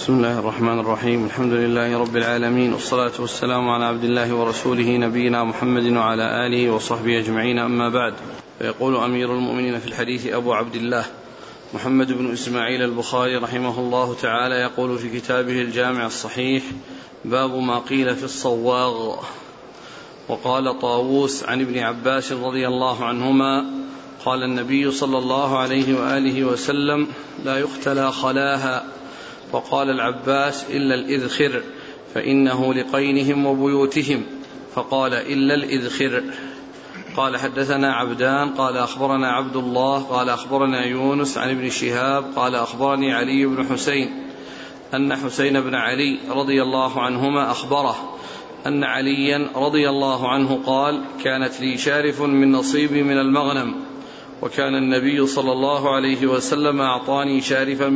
بسم الله الرحمن الرحيم. الحمد لله رب العالمين، والصلاة والسلام على عبد الله ورسوله نبينا محمد وعلى آله وصحبه أجمعين، أما بعد. فيقول أمير المؤمنين في الحديث أبو عبد الله محمد بن إسماعيل البخاري رحمه الله تعالى، يقول في كتابه الجامع الصحيح: باب ما قيل في الصواغ. وقال طاووس عن ابن عباس رضي الله عنهما قال النبي صلى الله عليه وآله وسلم: لا يختلى خلاها. فقال العباس: إلا الإذخر فإنه لقينهم وبيوتهم. فقال: إلا الإذخر. قال: حدثنا عبدان قال أخبرنا عبد الله قال أخبرنا يونس عن ابن شهاب قال أخبرني علي بن حسين أن حسين بن علي رضي الله عنهما أخبره أن عليا رضي الله عنه قال: كانت لي شارف من نصيبي من المغنم، وكان النبي صلى الله عليه وسلم أعطاني شارفا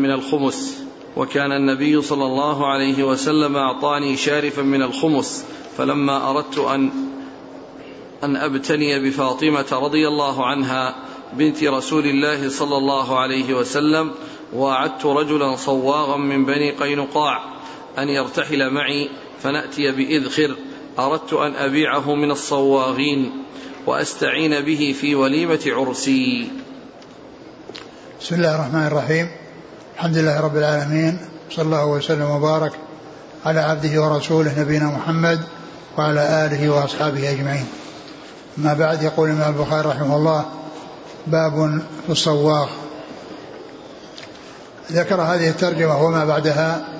من الخمس فلما أردت أن أبتني بفاطمة رضي الله عنها بنت رسول الله صلى الله عليه وسلم، وأعدت رجلا صواغا من بني قينقاع أن يرتحل معي فنأتي بإذخر، أردت أن أبيعه من الصواغين وأستعين به في وليمة عرسي. بسم الله الرحمن الرحيم. الحمد لله رب العالمين، صلى الله وسلم وبارك على عبده ورسوله نبينا محمد وعلى آله وأصحابه أجمعين. ما بعد، يقول الإمام البخاري رحمه الله: باب في الصواغ. ذكر هذه الترجمة وما بعدها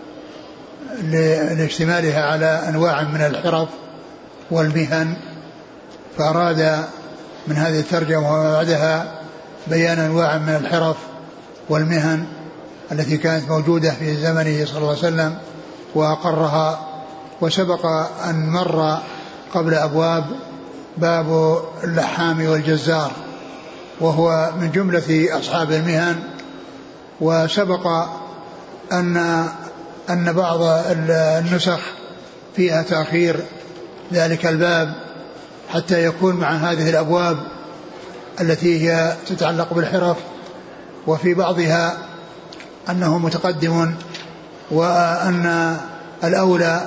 لاشتمالها على أنواع من الحرف والمهن، فأراد من هذه الترجمة وما بعدها بيان أنواع من الحرف والمهن التي كانت موجودة في زمنه صلى الله عليه وسلم وأقرها. وسبق أن مر قبل أبواب باب اللحام والجزار، وهو من جملة أصحاب المهن. وسبق أن بعض النسخ فيها تأخير ذلك الباب حتى يكون مع هذه الأبواب التي هي تتعلق بالحرف، وفي بعضها أنه متقدم، وأن الأولى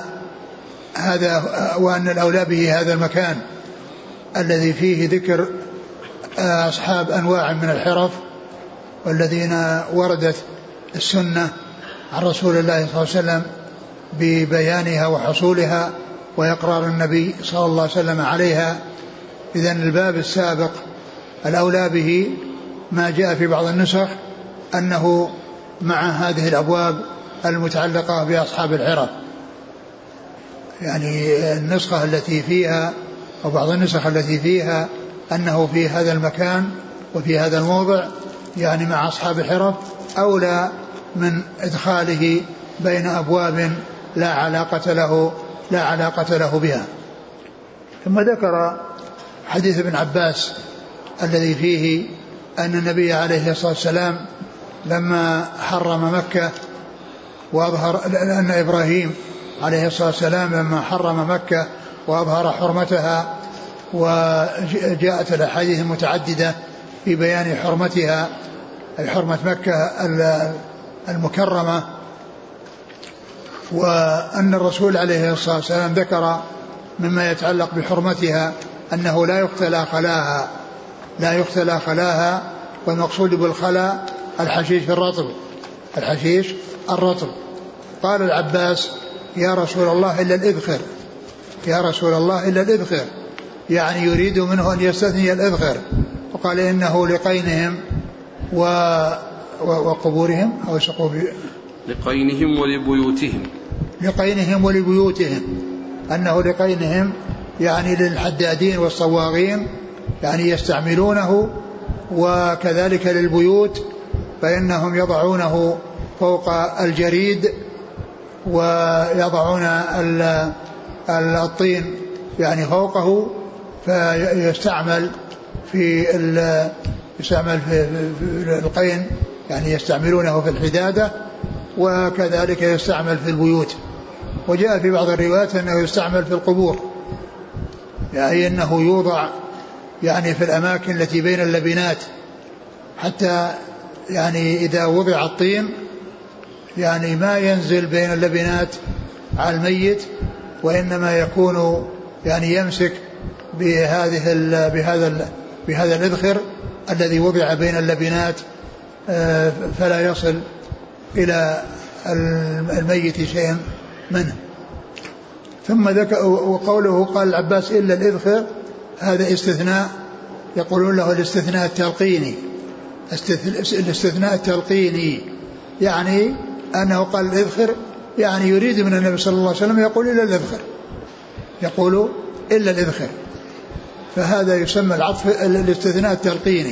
به هذا المكان الذي فيه ذكر أصحاب أنواع من الحرف والذين وردت السنة عن رسول الله صلى الله عليه وسلم ببيانها وحصولها وإقرار النبي صلى الله عليه وسلم عليها. إذن الباب السابق الأولى به ما جاء في بعض النسخ أنه مع هذه الأبواب المتعلقة بأصحاب الحرف، يعني النسخة التي فيها أو بعض النسخ التي فيها أنه في هذا المكان وفي هذا الموضع يعني مع أصحاب الحرف أولى من إدخاله بين أبواب لا علاقة له بها. ثم ذكر حديث ابن عباس الذي فيه أن النبي عليه الصلاة والسلام لما حرم مكة وأظهر أن إبراهيم عليه الصلاة والسلام لما حرم مكة وأظهر حرمتها، وجاءت الأحاديث المتعددة في بيان حرمتها، أي حرمة مكة المكرمة، وأن الرسول عليه الصلاة والسلام ذكر مما يتعلق بحرمتها أنه لا يختلى خلاها، والمقصود بالخلا الحشيش الرطب. قال العباس: يا رسول الله إلا الإذخر، يعني يريد منه أن يستثني الإذخر. وقال: إنه لقينهم وقبورهم أو لقينهم ولبيوتهم، أنه لقينهم يعني للحدادين والصواغين يعني يستعملونه، وكذلك للبيوت فإنهم يضعونه فوق الجريد ويضعون الطين يعني فوقه، فيستعمل في القين، يعني يستعملونه في الحدادة، وكذلك يستعمل في البيوت. وجاء في بعض الروايات أنه يستعمل في القبور، يعني أنه يوضع يعني في الأماكن التي بين اللبنات، حتى يعني إذا وضع الطين يعني ما ينزل بين اللبنات على الميت، وإنما يكون يعني يمسك بهذا الإذخر الذي وضع بين اللبنات فلا يصل إلى الميت شيء منه. ثم ذكر وقوله قال العباس إلا الإذخر، هذا استثناء يقولون له الاستثناء التلقيني. الاستثناء التلقيني يعني أنه قال الإذخر، يعني يريد من النبي صلى الله عليه وسلم يقول إلا الإذخر، يقول إلا الإذخر، فهذا يسمى العطف الاستثناء التلقيني.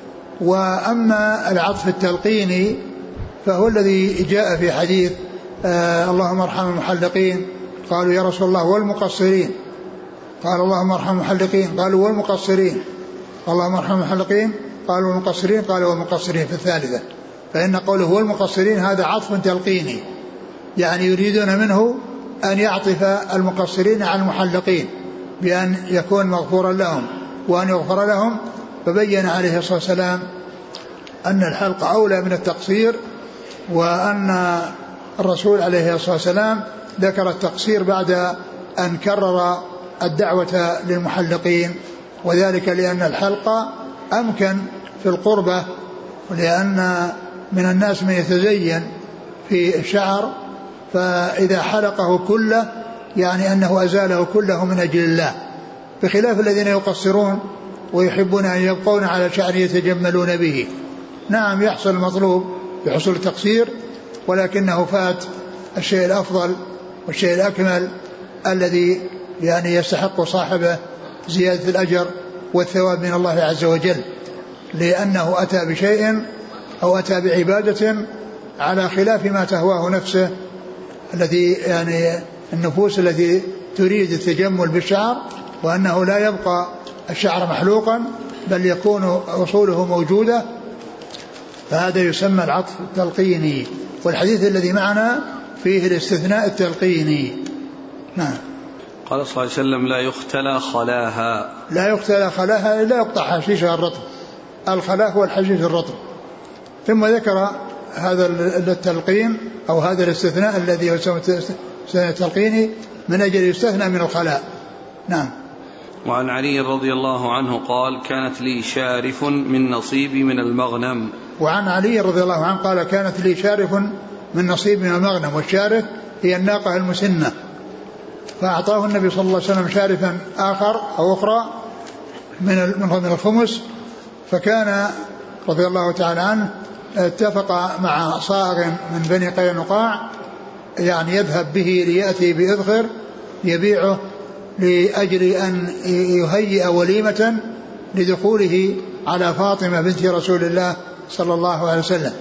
وأما العطف التلقيني فهو الذي جاء في حديث اللهم ارحم المحلقين، قالوا يا رسول الله والمقصرين، قال اللهم ارحم المحلقين، قالوا والمقصرين، اللهم ارحم المحلقين، قالوا والمقصرين، قالوا والمقصرين في الثالثة. فإن قوله والمقصرين هذا عطف تلقيني، يعني يريدون منه أن يعطف المقصرين على المحلقين بأن يكون مغفورا لهم وأن يغفر لهم. فبين عليه الصلاة والسلام أن الحلق أولى من التقصير، وأن الرسول عليه الصلاة والسلام ذكر التقصير بعد أن كرر الدعوة للمحلقين، وذلك لأن الحلق أمكن في القربة، ولأن من الناس من يتزين في الشعر فإذا حلقه كله يعني أنه أزاله كله من أجل الله، بخلاف الذين يقصرون ويحبون أن يبقون على شعر يتجملون به. نعم يحصل المطلوب بحصول التقصير، ولكنه فات الشيء الأفضل والشيء الأكمل الذي يعني يستحق صاحبه زيادة الأجر والثواب من الله عز وجل، لأنه أتى بشيء أو أتى بعبادة على خلاف ما تهواه نفسه، الذي يعني النفوس التي تريد التجمل بالشعر، وأنه لا يبقى الشعر محلوقا بل يكون أصوله موجودة، فهذا يسمى العطف التلقيني. والحديث الذي معنا فيه الاستثناء التلقيني. نعم. قال صلى الله عليه وسلم لا يختلى خلاها، لا يختلى خلاها إلا يقطع حشيشها الرطب، الخلاء هو الحشيش الرطب. ثم ذكر هذا التلقين أو هذا الاستثناء الذي يسمى الاستثناء التلقيني من أجل يستثنى من الخلاء. نعم. وعن علي رضي الله عنه قال كانت لي شارف من نصيبي من المغنم. وعن علي رضي الله عنه قال كانت لي شارف من نصيب من المغنم، والشارف هي الناقة المسنة، فأعطاه النبي صلى الله عليه وسلم شارفا آخر أو أخرى من الخمس، فكان رضي الله تعالى عنه اتفق مع صائغ من بني قينقاع يعني يذهب به ليأتي بإذخر يبيعه لأجل أن يهيئ وليمة لدخوله على فاطمة بنت رسول الله صلى الله عليه وسلم.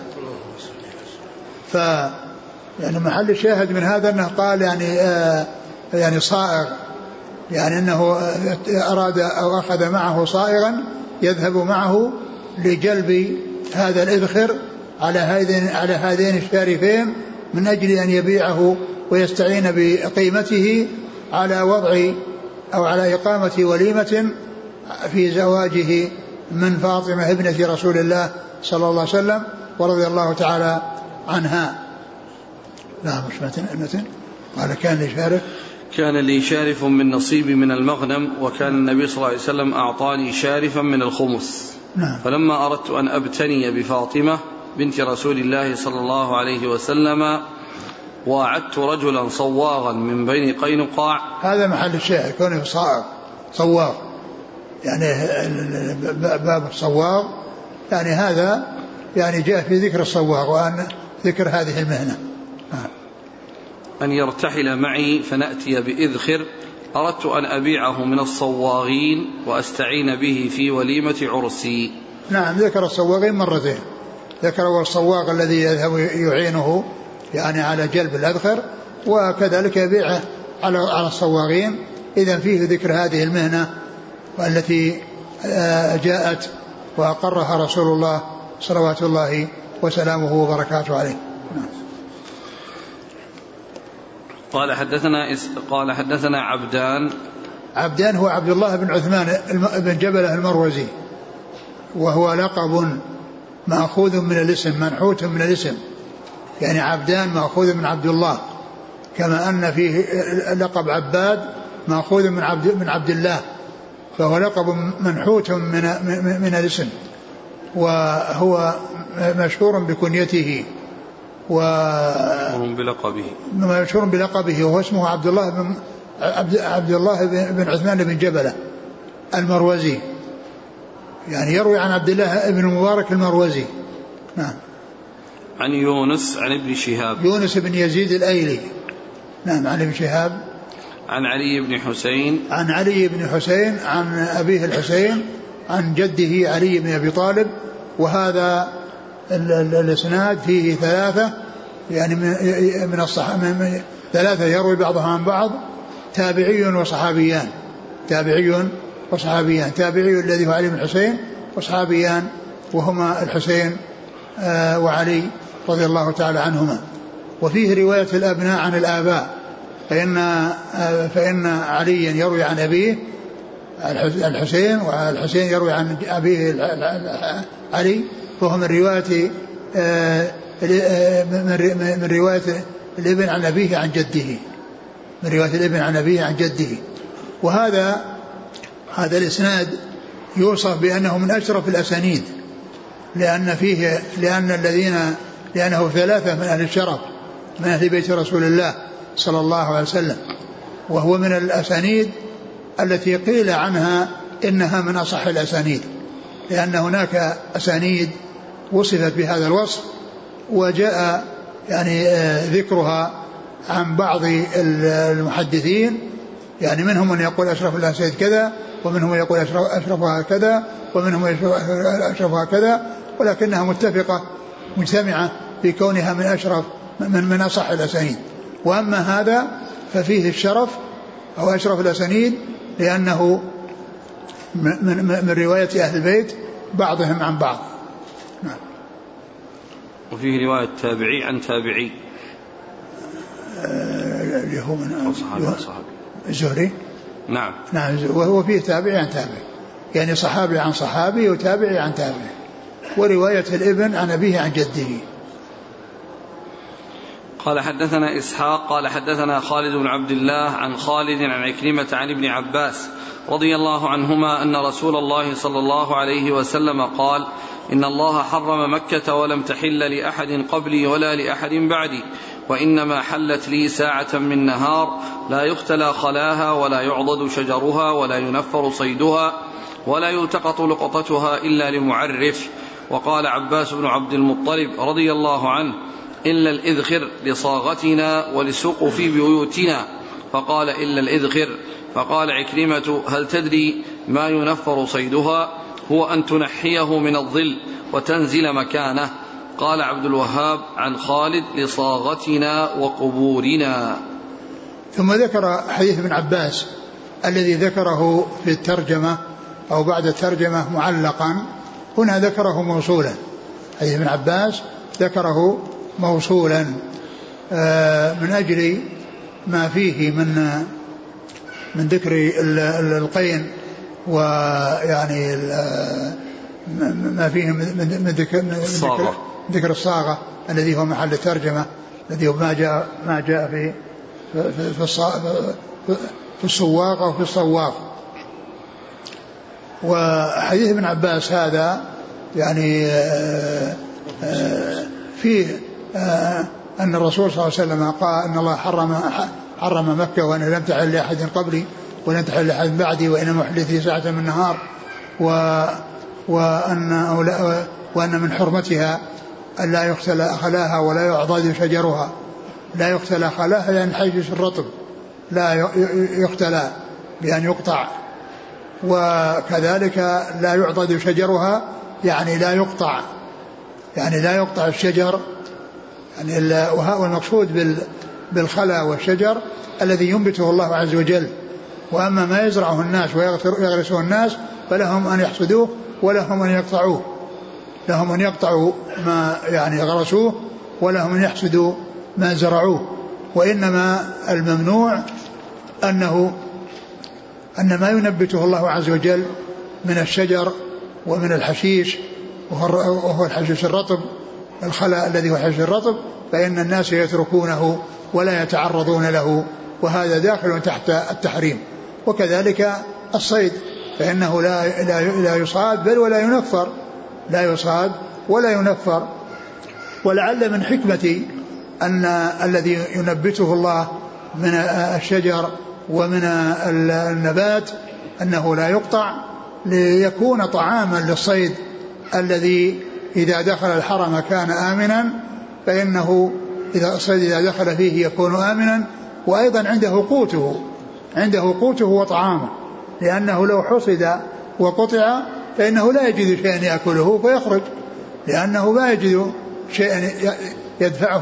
يعني محل الشاهد من هذا أنه قال يعني صائغ، يعني أنه أراد أو أخذ معه صائغا يذهب معه لجلب هذا الإذخر على هذين الشارفين من أجل أن يبيعه ويستعين بقيمته على وضع أو على إقامة وليمة في زواجه من فاطمة ابنة رسول الله صلى الله عليه وسلم ورضي الله تعالى عنها. لا مش متن قال كان لي شارف من نصيبي من المغنم، وكان النبي صلى الله عليه وسلم أعطاني شارفا من الخمس. نعم. فلما أردت أن أبتني بفاطمة بنت رسول الله صلى الله عليه وسلم وعدت رجلا صواغا من بني قينقاع. هذا محل الشاهد كونه صواغ، يعني باب الصواغ، يعني هذا يعني جاء في ذكر الصواغ وأن ذكر هذه المهنة. أن يرتحل معي فنأتي بإذخر أردت أن أبيعه من الصواغين وأستعين به في وليمة عرسي. نعم ذكر الصواغين مرتين، ذكر الصواغ الذي يذهب يعينه يعني على جلب الأذخر، وكذلك يبيعه على الصواغين. إذن فيه ذكر هذه المهنة والتي جاءت وأقرها رسول الله صلوات الله وسلامه وبركاته عليه. قال حدثنا عبدان هو عبد الله بن عثمان بن جبلة المروزي، وهو لقب مأخوذ من الاسم، منحوت من الاسم، يعني عبدان مأخوذ من عبد الله، كما أن فيه لقب عباد مأخوذ من عبد الله، فهو لقب منحوت من الاسم، وهو مشهور بكنيته مشهور بلقبه، وهو اسمه عبد الله بن عثمان بن جبلة المروزي، يعني يروي عن عبد الله بن المبارك المروزي. نعم. عن يونس عن ابن شهاب، يونس بن يزيد الأيلي. نعم. عن ابن شهاب عن علي بن حسين، عن علي بن حسين عن أبيه الحسين عن جده علي بن أبي طالب. وهذا الإسناد فيه ثلاثة، يعني من الصحابة ثلاثة يروي بعضها عن بعض، تابعي وصحابيان، تابعي الذي هو علي بن حسين، وصحابيان وهما الحسين وعلي رضي الله تعالى عنهما. وفيه رواية الأبناء عن الآباء، فإن عليا يروي عن أبيه الحسين، والحسين يروي عن أبيه علي، فهو من رواية الابن عن أبيه عن جده، من رواية الابن عن أبيه عن جده. وهذا الإسناد يوصف بأنه من أشرف الأسانيد، لأنه ثلاثة من أهل الشرف، من أهل بيت رسول الله صلى الله عليه وسلم، وهو من الأسانيد التي قيل عنها إنها من أصح الأسانيد، لأن هناك أسانيد وصفت بهذا الوصف وجاء يعني ذكرها عن بعض المحدثين، يعني منهم من يقول أشرف الأسانيد كذا، ومنهم من يقول أشرفها كذا، ومنهم من أشرفها كذا، ولكنها متفقة مجتمعة في كونها من أشرف من أصح الأسانيد. وأما هذا ففيه الشرف أو أشرف الأسانيد لأنه من رواية أهل البيت بعضهم عن بعض. نعم. وفيه رواية تابعي عن تابعي، اللي هو من صحابي الزهري. نعم. وهو فيه تابعي عن تابعي، يعني صحابي عن صحابي وتابعي عن تابعي. ورواية الابن عن أبيه عن جده. قال حدثنا إسحاق قال حدثنا خالد بن عبد الله عن خالد عن عكرمة عن ابن عباس رضي الله عنهما أن رسول الله صلى الله عليه وسلم قال: إن الله حرم مكة ولم تحل لأحد قبلي ولا لأحد بعدي، وإنما حلت لي ساعة من نهار لا يختلى خلاها ولا يعضد شجرها ولا ينفر صيدها ولا يلتقط لقطتها إلا لمعرف. وقال عباس بن عبد المطلب رضي الله عنه: إلا الإذخر لصاغتنا ولسوق في بيوتنا، فقال: إلا الإذخر. فقال عكرمة: هل تدري ما ينفر صيدها؟ هو أن تنحيه من الظل وتنزل مكانه. قال عبد الوهاب عن خالد: لصاغتنا وقبورنا. ثم ذكر حديث ابن عباس الذي ذكره في الترجمة أو بعد الترجمة معلقا، هنا ذكره موصولا. حديث ابن عباس ذكره موصولا من أجل ما فيه من ذكر القين، ويعني ما فيه من ذكر الصاغة الذي هو محل الترجمة، الذي هو ما جاء في الصواغ أو في الصواغ. وحديث ابن عباس هذا يعني فيه أن الرسول صلى الله عليه وسلم قال: أن الله حرم مكة وأن لم تحل لأحد قبلي ولن تحل لأحد بعدي، وإنما حلت لي ساعة من نهار، وأن من حرمتها أن لا يختلى خلاها ولا يعضد شجرها. لا يختلى خلاها يعني حيث الرطب، لا يختلى بأن يقطع، وكذلك لا يعضد شجرها يعني لا يقطع الشجر، يعني وهو المقصود بالخلا والشجر الذي ينبته الله عز وجل. وأما ما يزرعه الناس ويغرسه الناس فلهم أن يحصدوه ولهم أن يقطعوه، لهم أن يقطعوا ما يعني غرسوه ولهم أن يحصدوا ما زرعوه. وإنما الممنوع أن ما ينبته الله عز وجل من الشجر ومن الحشيش، وهو الحشيش الرطب، الخلاء الذي هو حشيش الرطب فإن الناس يتركونه ولا يتعرضون له، وهذا داخل تحت التحريم. وكذلك الصيد فإنه لا يصاد بل ولا ينفر، لا يصاد ولا ينفر. ولعل من حكمة أن الذي ينبته الله من الشجر ومن النبات أنه لا يقطع ليكون طعاما للصيد الذي إذا دخل الحرم كان آمنا، فإنه إذا الصيد إذا دخل فيه يكون آمنا، وأيضا عنده قوته وطعامه، لأنه لو حصد وقطع فإنه لا يجد شيئا يأكله فيخرج، لأنه لا يجد شيئا يدفعه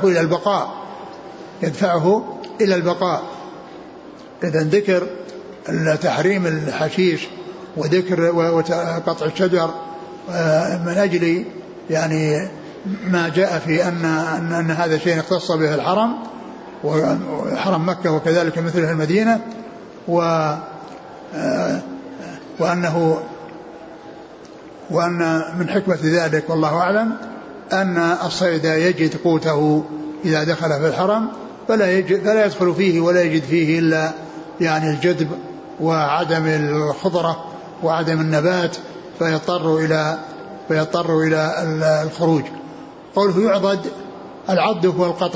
إلى البقاء. إذن ذكر تحريم الحشيش وذكر وقطع الشجر من أجل يعني ما جاء في أن هذا شيء اختص به الحرم وحرم مكة وكذلك مثله المدينة، وأن من حكمة ذلك والله أعلم أن الصيد يجد قوته إذا دخل في الحرم فلا يدخل فيه ولا يجد فيه إلا يعني الجدب وعدم الخضرة وعدم النبات فيضطر إلى الخروج. قوله يعضد، العض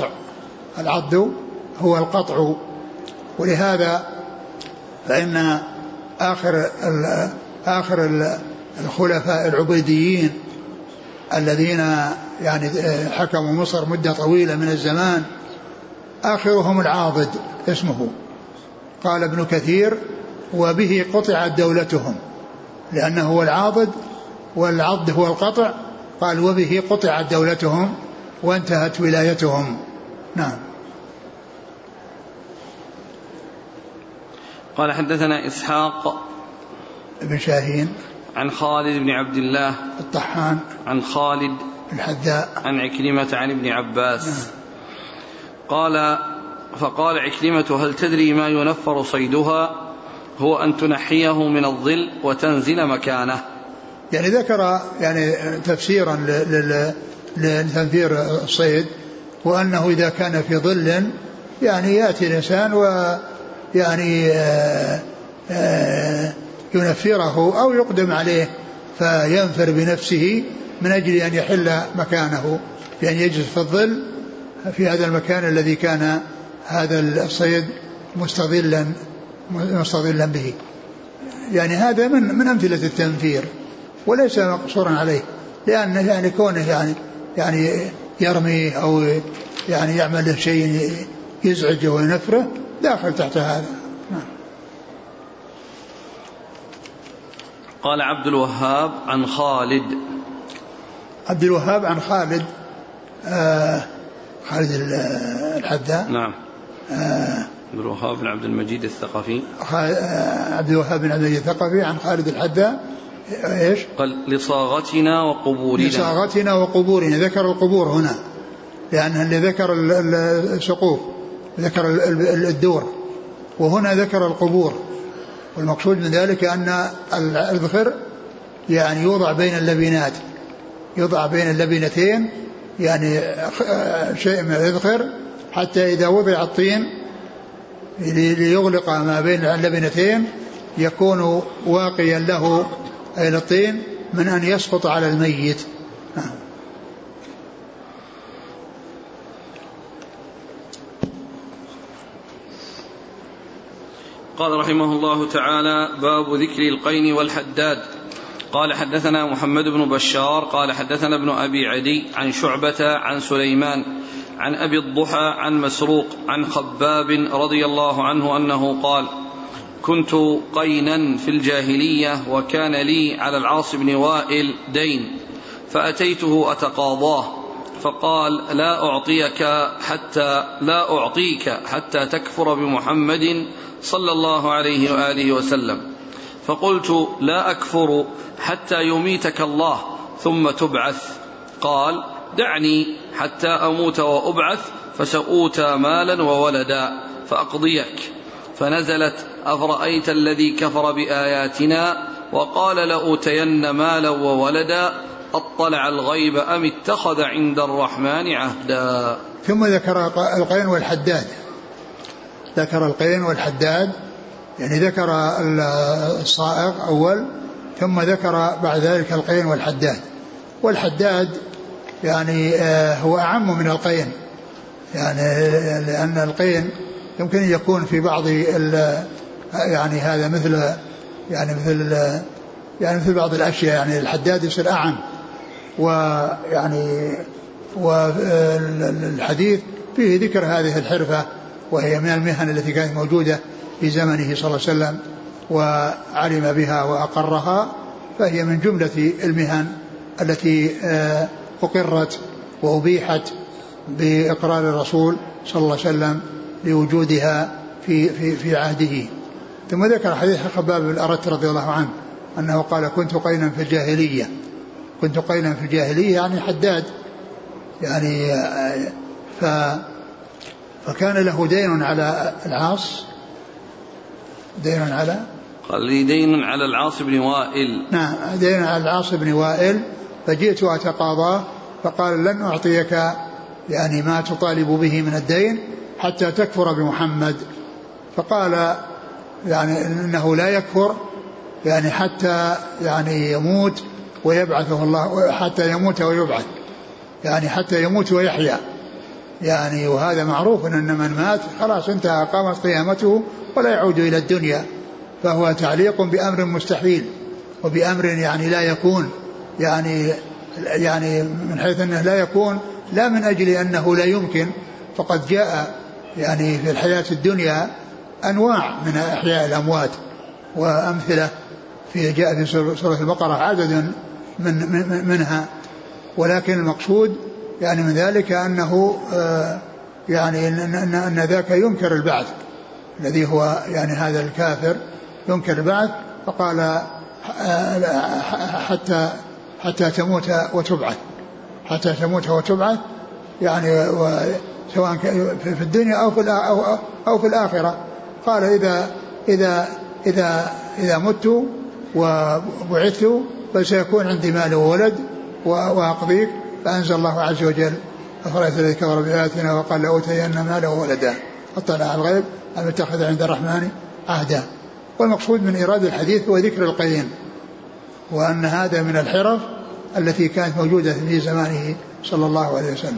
هو القطع، ولهذا فإن آخر الخلفاء العبيديين الذين يعني حكموا مصر مدة طويلة من الزمان آخرهم العاضد اسمه. قال ابن كثير وبه قطعت دولتهم، لأنه هو العاضد والعض هو القطع، قال وبه قطعت دولتهم وانتهت ولايتهم. نعم. قال حدثنا إسحاق بن شاهين عن خالد بن عبد الله الطحان عن خالد الحذاء عن عكرمة عن ابن عباس قال فقال عكرمة هل تدري ما ينفر صيدها؟ هو أن تنحيه من الظل وتنزل مكانه. يعني ذكر يعني تفسيرا لتنفير الصيد، وأنه إذا كان في ظل يعني يأتي الإنسان ويعني ينفره أو يقدم عليه فينفر بنفسه من أجل أن يحل مكانه، يعني يجلس في الظل في هذا المكان الذي كان هذا الصيد مستظلا به. يعني هذا من أمثلة التنفير وليس مقصورا عليه، لأن يعني كونه يعني يرمي أو يعني يعمل له شيء يزعجه وينفره داخل تحت هذا. قال عبد الوهاب عن خالد خالد الحذاء. نعم. عبد الوهاب بن عبد المجيد الثقفي. عبد الوهاب بن عبد المجيد الثقفي عن خالد الحذاء. ايش؟ قال لصاغتنا وقبورنا. ذكر القبور هنا لأنه اللي ذكر السقوف ذكر الدور، وهنا ذكر القبور. والمقصود من ذلك أن الذخر يعني يوضع بين اللبنتين يعني شيء من الذخر، حتى إذا وضع الطين ليغلق ما بين اللبنتين يكون واقيا له أي الطين من أن يسقط على الميت. قال رحمه الله تعالى باب ذكر القين والحداد. قال حدثنا محمد بن بشار قال حدثنا ابن أبي عدي عن شعبة عن سليمان عن أبي الضحى عن مسروق عن خباب رضي الله عنه أنه قال كنت قينا في الجاهلية وكان لي على العاص بن وائل دين فأتيته أتقاضاه فقال لا أعطيك حتى تكفر بمحمد صلى الله عليه وآله وسلم. فقلت لا أكفر حتى يميتك الله ثم تبعث. قال دعني حتى أموت وأبعث فسأوتى مالا وولدا فأقضيك. فنزلت أفرأيت الذي كفر بآياتنا وقال لأوتين مالا وولدا أطلع الغيب أم اتخذ عند الرحمن عهدا. ثم ذكر القين والحداد، ذكر القين والحداد، يعني ذكر الصائغ أول ثم ذكر بعد ذلك القين والحداد. والحداد يعني هو أعم من القين، يعني لأن القين يمكن أن يكون في بعض يعني هذا مثل بعض الأشياء، يعني الحداد يصير أعم. ويعني والحديث فيه ذكر هذه الحرفة، وهي من المهن التي كانت موجودة في زمنه صلى الله عليه وسلم وعلم بها وأقرها، فهي من جملة المهن التي أقرت وأبيحت بإقرار الرسول صلى الله عليه وسلم لوجودها في عهده. ثم ذكر حديث خباب بن الأرت رضي الله عنه أنه قال كنت قينا في الجاهلية، كنت قينا في الجاهلية يعني حداد، يعني فكان له دين على العاص، دين على قال لي دين على العاص بن وائل، نعم دين على العاص بن وائل، فجئت أتقاضاه فقال لن أعطيك يعني ما تطالب به من الدين حتى تكفر بمحمد. فقال يعني إنه لا يكفر يعني حتى يعني يموت ويبعثه الله، حتى يموت ويبعث، يعني حتى يموت ويحيا، يعني وهذا معروف أن من مات خلاص انتهى، قامت قيامته ولا يعود إلى الدنيا، فهو تعليق بأمر مستحيل وبأمر يعني لا يكون، يعني من حيث أنه لا يكون لا من أجل أنه لا يمكن، فقد جاء يعني في الحياة الدنيا أنواع من أحياء الأموات وأمثلة جاء في سورة البقرة عدد منها، ولكن المقصود يعني من ذلك أنه يعني أن ذاك ينكر البعث، الذي هو يعني هذا الكافر ينكر البعث، فقال حتى تموت وتبعث، حتى تموت وتبعث، يعني سواء في الدنيا أو في الآخرة. قال إذا مت وبعثت فسيكون عندي مال وولد وأقضيك، فأنزل الله عز وجل أفرأيت الذي كفر بآياتنا وقال لأوتين مالا وولدا اطلع على الغيب أم اتخذ عند الرحمن عهدا. والمقصود من إيراد الحديث هو ذكر القين، وأن هذا من الحرف التي كانت موجودة في زمانه صلى الله عليه وسلم.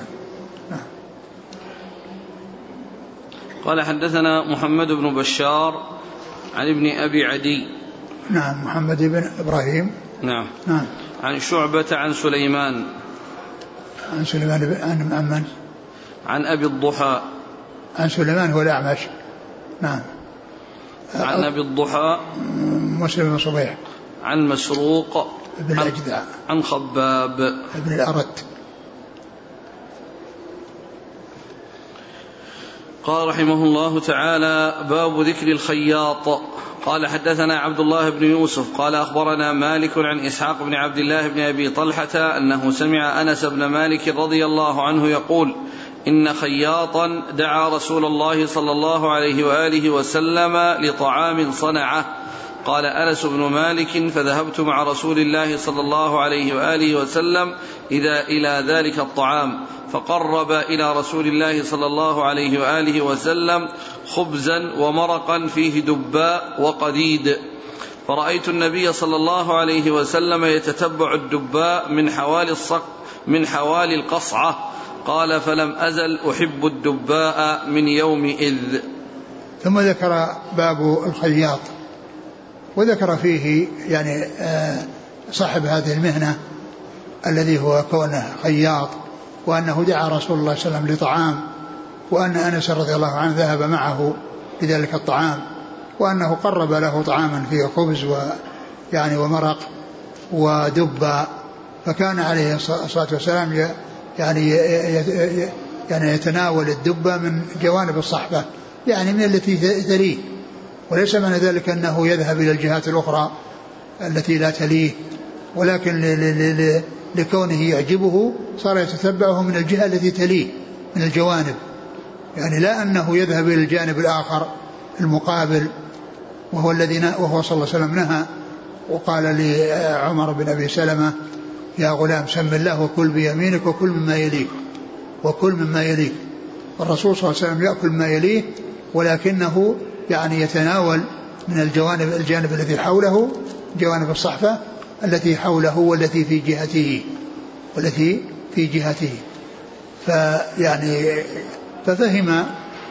قال حدثنا محمد بن بشار عن ابن أبي عدي، نعم محمد بن إبراهيم، نعم عن شعبة عن سليمان، عن سليمان عن من؟ عن أبي الضحى، عن سليمان هو الأعمش، نعم عن أبي الضحى مسلم بن صبيح، عن مسروق ابن الأجدع، عن خباب ابن الأرت. قال رحمه الله تعالى باب ذكر الخياط. قال حدثنا عبد الله بن يوسف قال أخبرنا مالك عن إسحاق بن عبد الله بن أبي طلحة أنه سمع أنس بن مالك رضي الله عنه يقول إن خياطا دعا رسول الله صلى الله عليه وآله وسلم لطعام صنعه. قال أنس بن مالك فذهبت مع رسول الله صلى الله عليه وآله وسلم إلى ذلك الطعام، فقرب إلى رسول الله صلى الله عليه وآله وسلم خبزا ومرقا فيه دباء وقديد، فرأيت النبي صلى الله عليه وسلم يتتبع الدباء من حوالي القصعة. قال فلم أزل أحب الدباء من يومئذ. ثم ذكر باب الخياط، وذكر فيه يعني صاحب هذه المهنة الذي هو كونه خياط، وأنه دعا رسول الله صلى الله عليه وسلم لطعام، وأن أنس رضي الله عنه ذهب معه لذلك الطعام، وأنه قرب له طعاما فيه خبز يعني ومرق ودبة، فكان عليه الصلاة والسلام يعني يتناول الدبة من جوانب الصحبة، يعني من التي تليه، وليس معنى ذلك أنه يذهب إلى الجهات الأخرى التي لا تليه، ولكن لكونه يعجبه صار يتتبعه من الجهة التي تليه من الجوانب، يعني لا أنه يذهب إلى الجانب الآخر المقابل، وهو صلى الله عليه وسلم نهى. وقال لعمر بن أبي سلمة يا غلام سم الله وكل بيمينك وكل مما يليك وكل مما يليك. والرسول صلى الله عليه وسلم يأكل ما يليه، ولكنه يعني يتناول من الجانب الذي حوله، جوانب الصحفة التي حوله والتي في جهته فيعني ففهم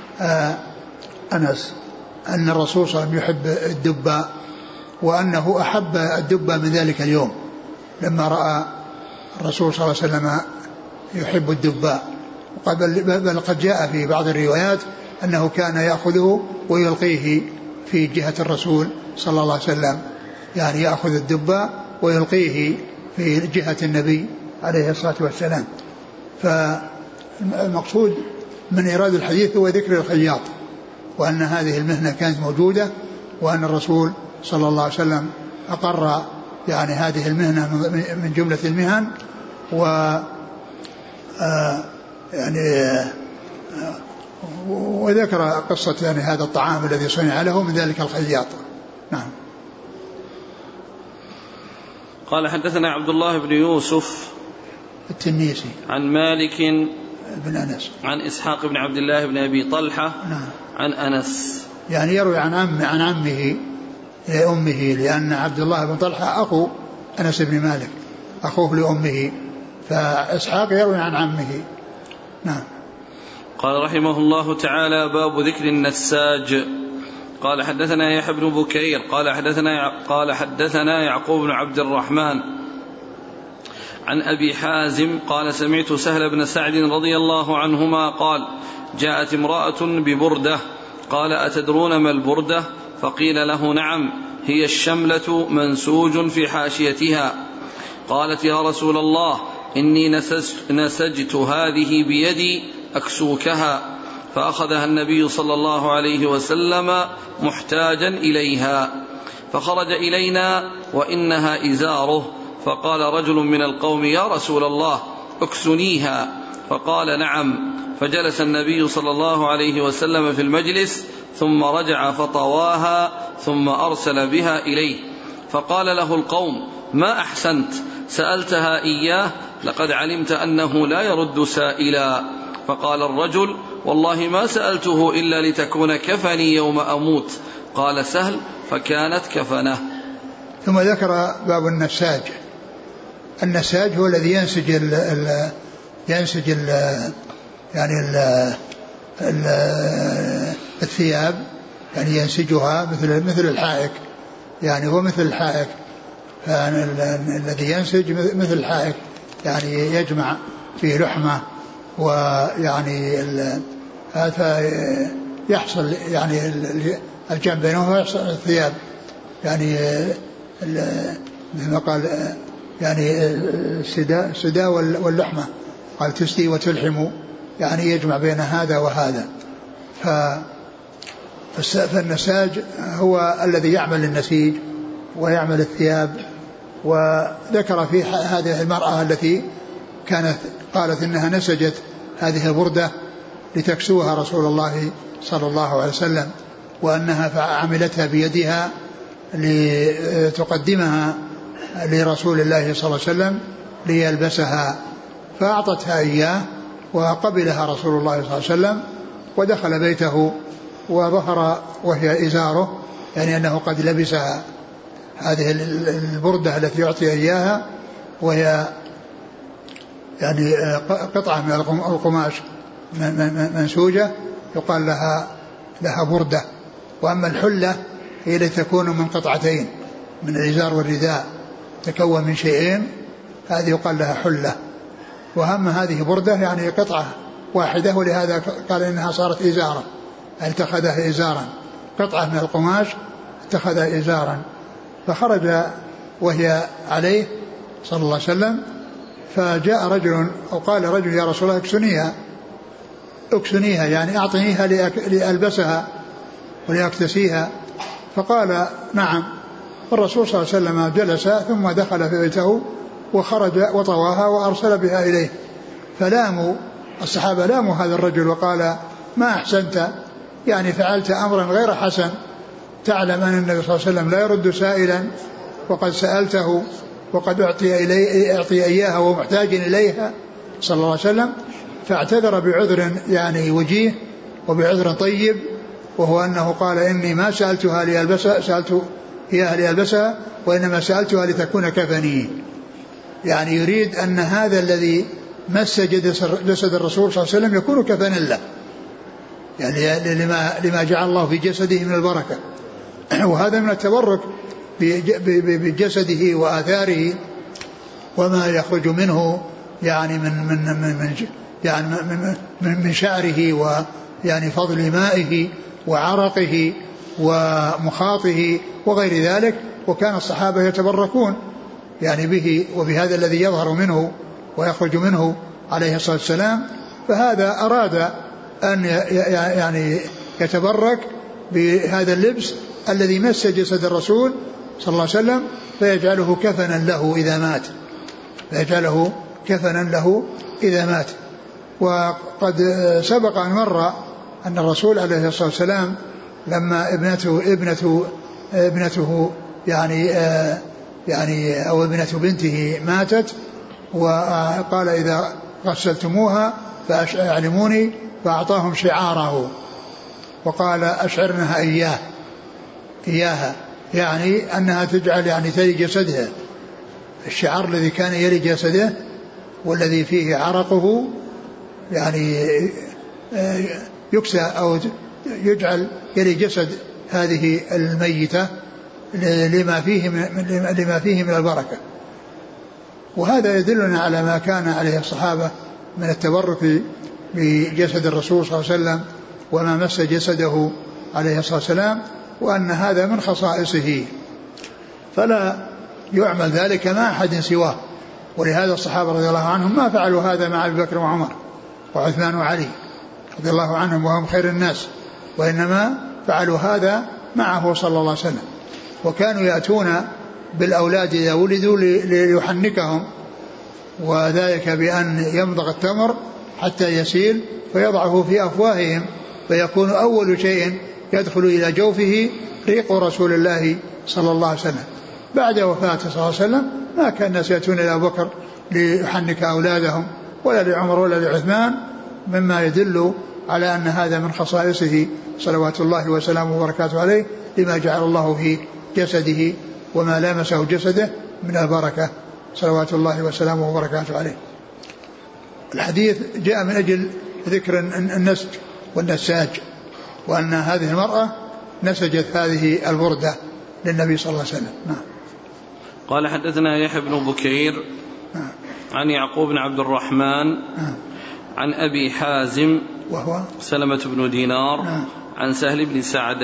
أنس أن الرسول صلى الله عليه وسلم يحب الدباء، وأنه أحب الدباء من ذلك اليوم لما رأى الرسول صلى الله عليه وسلم يحب الدباء. بل قد جاء في بعض الروايات أنه كان يأخذه ويلقيه في جهة الرسول صلى الله عليه وسلم، يعني يأخذ الدباء ويلقيه في جهة النبي عليه الصلاة والسلام. فالمقصود من إيراد الحديث هو ذكر الخياط، وأن هذه المهنة كانت موجودة، وأن الرسول صلى الله عليه وسلم أقر يعني هذه المهنة من جملة المهن، وذكر قصة يعني هذا الطعام الذي صنع له من ذلك الخياط. نعم. قال حدثنا عبد الله بن يوسف التنيسي عن مالك بن أنس عن إسحاق بن عبد الله بن أبي طلحة. نعم. عن أنس، يعني يروي عن عمه لأمه، لأن عبد الله بن طلحة أخو أنس بن مالك، أخوه لأمه، فإسحاق يروي عن عمه. نعم. قال رحمه الله تعالى: باب ذكر النساج. قال حدثنا يحيى بن بكير قال حدثنا يعقوب بن عبد الرحمن عن أبي حازم قال سمعت سهل بن سعد رضي الله عنهما قال: جاءت امرأة ببردة، قال: أتدرون ما البردة؟ فقيل له: نعم، هي الشملة منسوج في حاشيتها. قالت: يا رسول الله، إني نسجت هذه بيدي أكسوكها. فأخذها النبي صلى الله عليه وسلم محتاجا إليها، فخرج إلينا وإنها إزاره، فقال رجل من القوم: يا رسول الله، اكسنيها. فقال: نعم. فجلس النبي صلى الله عليه وسلم في المجلس، ثم رجع فطواها، ثم أرسل بها إليه. فقال له القوم: ما أحسنت، سألتها إياه، لقد علمت أنه لا يرد سائلا. فقال الرجل: والله ما سألته إلا لتكون كفني يوم أموت. قال سهل: فكانت كفنه. ثم ذكر باب النساج. النساج هو الذي ينسج الثياب، يعني ينسجها مثل الحائك، يعني هو مثل الحائك، الذي ينسج مثل الحائك، يعني يجمع فيه لحمة، ويعني هذا يحصل يعني الجمع بينهما ويحصل الثياب، يعني مثل ما قال يعني السداء واللحمة، قال تسدي وتلحم، يعني يجمع بين هذا وهذا. فالنساج هو الذي يعمل النسيج ويعمل الثياب. وذكر في هذه المرأة التي كانت قالت إنها نسجت هذه البردة لتكسوها رسول الله صلى الله عليه وسلم، وأنها عملتها بيدها لتقدمها لرسول الله صلى الله عليه وسلم ليلبسها، فأعطتها إياه وقبلها رسول الله صلى الله عليه وسلم، ودخل بيته وظهر وهي إزاره، يعني أنه قد لبسها هذه البردة التي يعطي إياها، وهي يعني قطعة من القماش منسوجة يقال لها بردة. وأما الحلة هي التي تكون من قطعتين، من الإزار والرداء، تكون من شيئين، هذه يقال لها حلة. وهم هذه بردة يعني قطعة واحدة، ولهذا قال إنها صارت إزارة، اتخذها إزارا، قطعة من القماش اتخذها إزارا. فخرج وهي عليه صلى الله عليه وسلم، فجاء رجل أو قال رجل: يا رسول الله، اكسنيها، يعني أعطنيها لألبسها ولأكتسيها. فقال: نعم. فالرسول صلى الله عليه وسلم جلس، ثم دخل في بيته وخرج وطواها وأرسل بها إليه. فلاموا الصحابة، لاموا هذا الرجل وقال: ما أحسنت، يعني فعلت أمرا غير حسن، تعلم أن النبي صلى الله عليه وسلم لا يرد سائلا، وقد سألته وقد أعطي إياها ومحتاج إليها صلى الله عليه وسلم، فاعتذر بعذر يعني وجيه وبعذر طيب، وهو أنه قال إني ما سألتها لألبسها وإنما سألتها لتكون كفني. يعني يريد أن هذا الذي مس جسد الرسول صلى الله عليه وسلم يكون كفنا له، يعني لما جعل الله في جسده من البركة. وهذا من التبرك بجسده وآثاره وما يخرج منه يعني من شعره ويعني فضل مائه وعرقه ومخاطه وغير ذلك. وكان الصحابة يتبركون يعني به وبهذا الذي يظهر منه ويخرج منه عليه الصلاة والسلام. فهذا أراد أن يعني يتبرك بهذا اللبس الذي مس جسد الرسول صلى الله عليه وسلم فيجعله كفنا له إذا مات. وقد سبق أن مر أن الرسول عليه الصلاة والسلام لما ابنته يعني أو ابنة بنته ماتت، وقال إذا غسلتموها فأعلموني، فأعطاهم شعاره وقال أشعرنها إياها يعني أنها تجعل يعني تلي جسدها. الشعار الذي كان يلي جسده والذي فيه عرقه يعني يكسى أو يجعل يلي جسد هذه الميتة لما فيه من البركة. وهذا يدلنا على ما كان عليه الصحابة من التبرك بجسد الرسول صلى الله عليه وسلم وما مس جسده عليه الصلاة والسلام، وأن هذا من خصائصه فلا يعمل ذلك مع أحد سواه. ولهذا الصحابة رضي الله عنهم ما فعلوا هذا مع أبي بكر وعمر وعثمان وعلي رضي الله عنهم وهم خير الناس، وإنما فعلوا هذا معه صلى الله عليه وسلم. وكانوا يأتون بالأولاد إذا ولدوا ليحنكهم، وذلك بأن يمضغ التمر حتى يسيل فيضعه في أفواههم، فيكون أول شيء يدخل إلى جوفه ريق رسول الله صلى الله عليه وسلم. بعد وفاته صلى الله عليه وسلم ما كان الناس يأتون إلى أبي بكر ليحنك أولادهم ولا لعمر ولا لعثمان، مما يدل على أن هذا من خصائصه صلوات الله وسلامه وبركاته عليه، لما جعل الله في جسده وما لامسه جسده من البركة صلوات الله وسلامه وبركاته عليه. الحديث جاء من أجل ذكر النسج والنساج، وأن هذه المرأة نسجت هذه البردة للنبي صلى الله عليه وسلم. قال حدثنا يحيى بن بكير عن يعقوب بن عبد الرحمن عن أبي حازم وهو سلمة بن دينار عن سهل بن سعد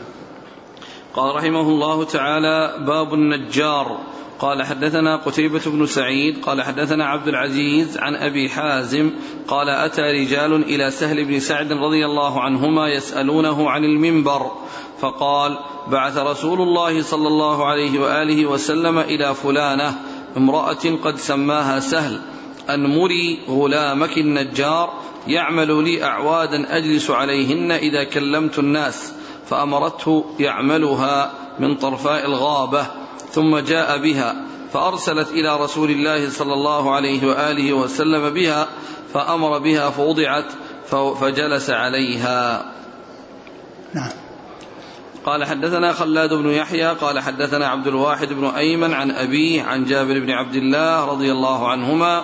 قال رحمه الله تعالى: باب النجار. قال حدثنا قتيبة بن سعيد قال حدثنا عبد العزيز عن أبي حازم قال: أتى رجال إلى سهل بن سعد رضي الله عنهما يسألونه عن المنبر، فقال: بعث رسول الله صلى الله عليه وآله وسلم إلى فلانة امرأة قد سماها سهل أن مري غلامك النجار يعمل لي أعوادا أجلس عليهن إذا كلمت الناس، فأمرته يعملها من طرفاء الغابة، ثم جاء بها فأرسلت إلى رسول الله صلى الله عليه وآله وسلم بها، فأمر بها فوضعت فجلس عليها. نعم. قال حدثنا خلاد بن يحيى قال حدثنا عبد الواحد بن أيمن عن أبيه عن جابر بن عبد الله رضي الله عنهما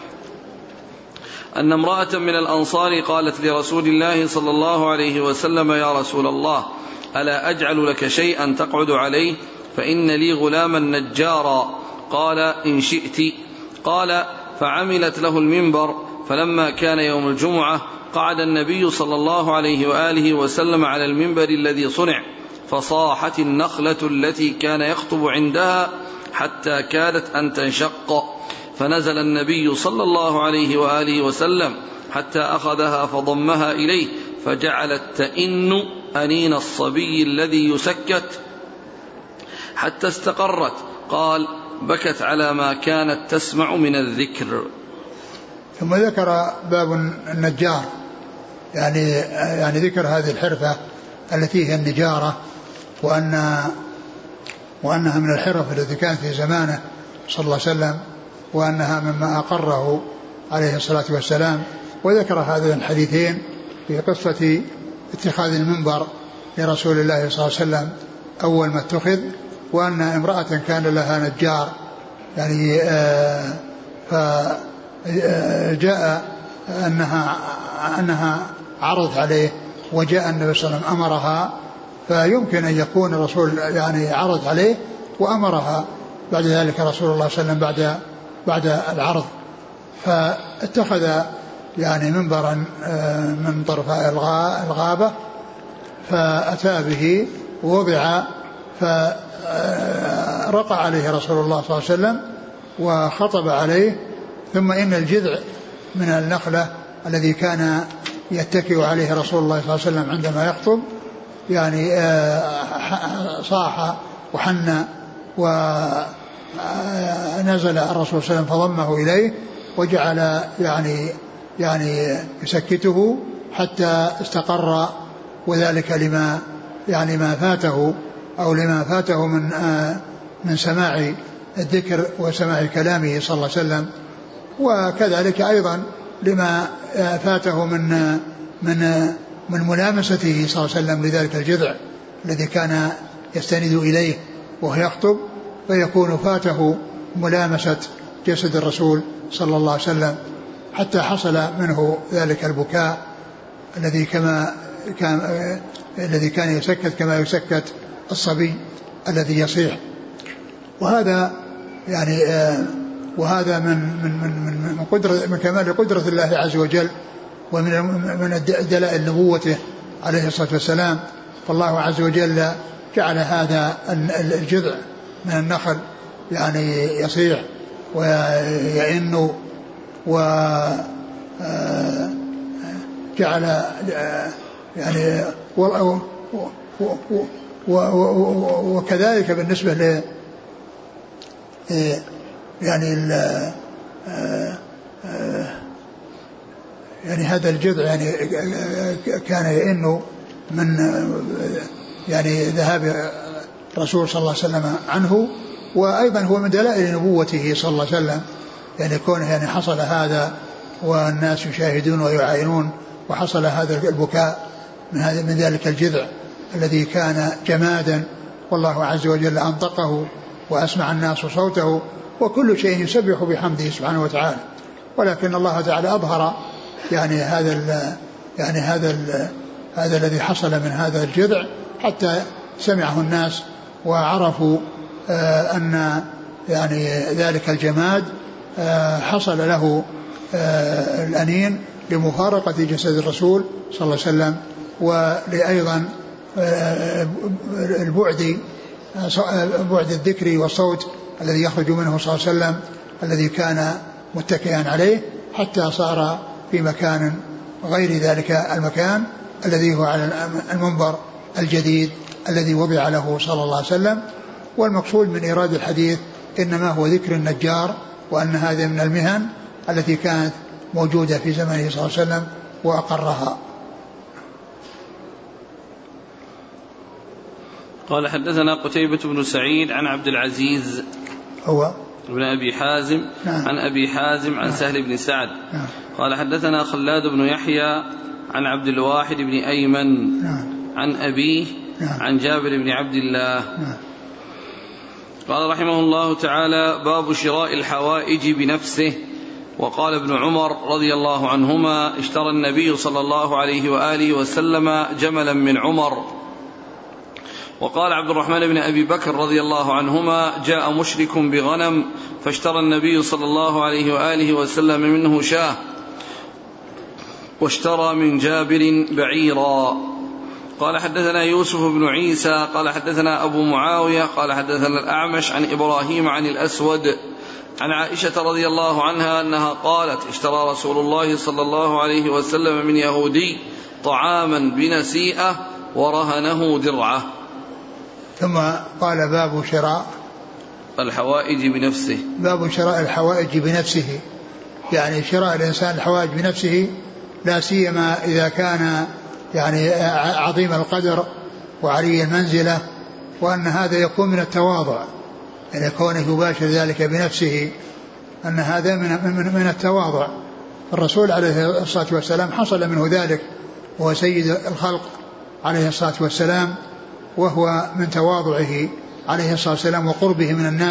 أن امرأة من الأنصار قالت لرسول الله صلى الله عليه وسلم: يا رسول الله، ألا أجعل لك شيئا تقعد عليه؟ فإن لي غلاما نجارا. قال: إن شئت. قال: فعملت له المنبر، فلما كان يوم الجمعة قعد النبي صلى الله عليه وآله وسلم على المنبر الذي صنع، فصاحت النخلة التي كان يخطب عندها حتى كادت أن تنشق، فنزل النبي صلى الله عليه وآله وسلم حتى أخذها فضمها إليه، فجعلت تئن أنين الصبي الذي يسكت حتى استقرت. قال: بكت على ما كانت تسمع من الذكر. ثم ذكر باب النجار، يعني ذكر هذه الحرفة التي هي النجارة، وأنها من الحرف التي كانت في زمانه، صلى الله عليه وسلم، وأنها مما أقره عليه الصلاة والسلام. وذكر هذين الحديثين في قصة اتخاذ المنبر لرسول الله صلى الله عليه وسلم أول ما اتخذ، وأن امرأة كان لها نجار يعني فجاء أنها عرضت عليه، وجاء النبي صلى الله عليه وسلم أمرها، فيمكن أن يكون الرسول يعني عرض عليه وأمرها بعد ذلك رسول الله صلى الله عليه وسلم بعد العرض، فاتخذ يعني منبرا من طرفاء الغابة، فأتى به ووضع، فرقى عليه رسول الله صلى الله عليه وسلم وخطب عليه. ثم إن الجذع من النخلة الذي كان يتكئ عليه رسول الله صلى الله عليه وسلم عندما يخطب يعني صاح وحن، ونزل الرسول صلى الله عليه وسلم فضمه إليه وجعل يعني يسكته حتى استقر، وذلك لما يعني ما فاته أو لما فاته من سماع الذكر وسماع كلامه صلى الله عليه وسلم، وكذلك أيضا لما فاته من ملامسته صلى الله عليه وسلم لذلك الجذع الذي كان يستند إليه وهو يخطب، فيكون فاته ملامسة جسد الرسول صلى الله عليه وسلم، حتى حصل منه ذلك البكاء الذي كان يسكت كما يسكت الصبي الذي يصيح. وهذا يعني وهذا من كمال قدرة الله عز وجل، ومن دلائل نبوته عليه الصلاة والسلام. فالله عز وجل جعل هذا الجذع من النخل يعني يصيح ويئن، وجعل يعني وكذلك بالنسبة ل يعني هذا الجذع يعني كان يئن من يعني ذهاب الرسول صلى الله عليه وسلم عنه، وأيضا هو من دلائل نبوته صلى الله عليه وسلم، يعني كونه يعني حصل هذا والناس يشاهدون ويعاينون، وحصل هذا البكاء من ذلك الجذع الذي كان جمادا، والله عز وجل أنطقه وأسمع الناس صوته، وكل شيء يسبح بحمده سبحانه وتعالى. ولكن الله تعالى أظهر يعني هذا الذي حصل من هذا الجذع حتى سمعه الناس وعرفوا أن يعني ذلك الجماد حصل له الأنين لمفارقة جسد الرسول صلى الله عليه وسلم، ولأيضا البعد الذكري والصوت الذي يخرج منه صلى الله عليه وسلم الذي كان متكئا عليه، حتى صار في مكان غير ذلك المكان الذي هو على المنبر الجديد الذي وضع له صلى الله عليه وسلم. والمقصود من إيراد الحديث إنما هو ذكر النجار، وأن هذه من المهن التي كانت موجودة في زمنه صلى الله عليه وسلم وأقرها. قال حدثنا قتيبة بن سعيد عن عبد العزيز هو ابن أبي حازم عن أبي حازم عن سهل بن سعد قال حدثنا خلاد بن يحيى عن عبد الواحد بن أيمن عن أبيه عن جابر بن عبد الله قال رحمه الله تعالى: باب شراء الحوائج بنفسه. وقال ابن عمر رضي الله عنهما: اشترى النبي صلى الله عليه وآله وسلم جملا من عمر. وقال عبد الرحمن بن أبي بكر رضي الله عنهما: جاء مشرك بغنم فاشترى النبي صلى الله عليه وآله وسلم منه شاة، واشترى من جابر بعيرا. قال حدثنا يوسف بن عيسى قال حدثنا أبو معاوية قال حدثنا الأعمش عن إبراهيم عن الأسود عن عائشة رضي الله عنها أنها قالت: اشترى رسول الله صلى الله عليه وسلم من يهودي طعاما بنسيئة ورهنه درعه. ثم قال: باب شراء الحوائج بنفسه. باب شراء الحوائج بنفسه، يعني شراء الإنسان الحوائج بنفسه، لا سيما إذا كان يعني عظيم القدر وعلي المنزلة، وأن هذا يكون من التواضع، يعني كونه يباشر ذلك بنفسه أن هذا من التواضع. الرسول عليه الصلاة والسلام حصل منه ذلك، وهو سيد الخلق عليه الصلاة والسلام، وهو من تواضعه عليه الصلاة والسلام وقربه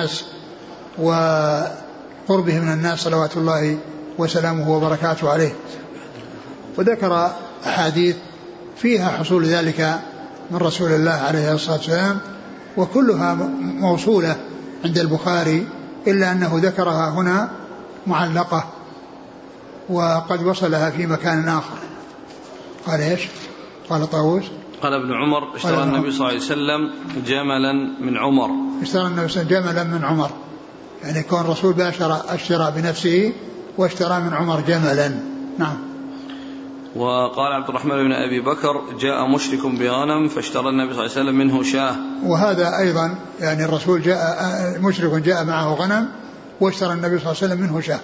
من الناس صلوات الله وسلامه وبركاته عليه. وذكر أحاديث فيها حصول ذلك من رسول الله عليه الصلاة والسلام، وكلها موصولة عند البخاري، إلا أنه ذكرها هنا معلقة، وقد وصلها في مكان آخر. قال إيش؟ قال طاووس قال ابن عمر اشترى النبي صلى الله عليه وسلم جملا من عمر. اشترى النبي صلى الله عليه وسلم جملا من عمر، يعني كون الرسول باشر اشترى بنفسه واشترى من عمر جملا. نعم. وقال عبد الرحمن بن أبي بكر جاء مشرك بغنم فاشترى النبي صلى الله عليه وسلم منه شاه. وهذا أيضا يعني الرسول مشرك جاء معه غنم واشترى النبي صلى الله عليه وسلم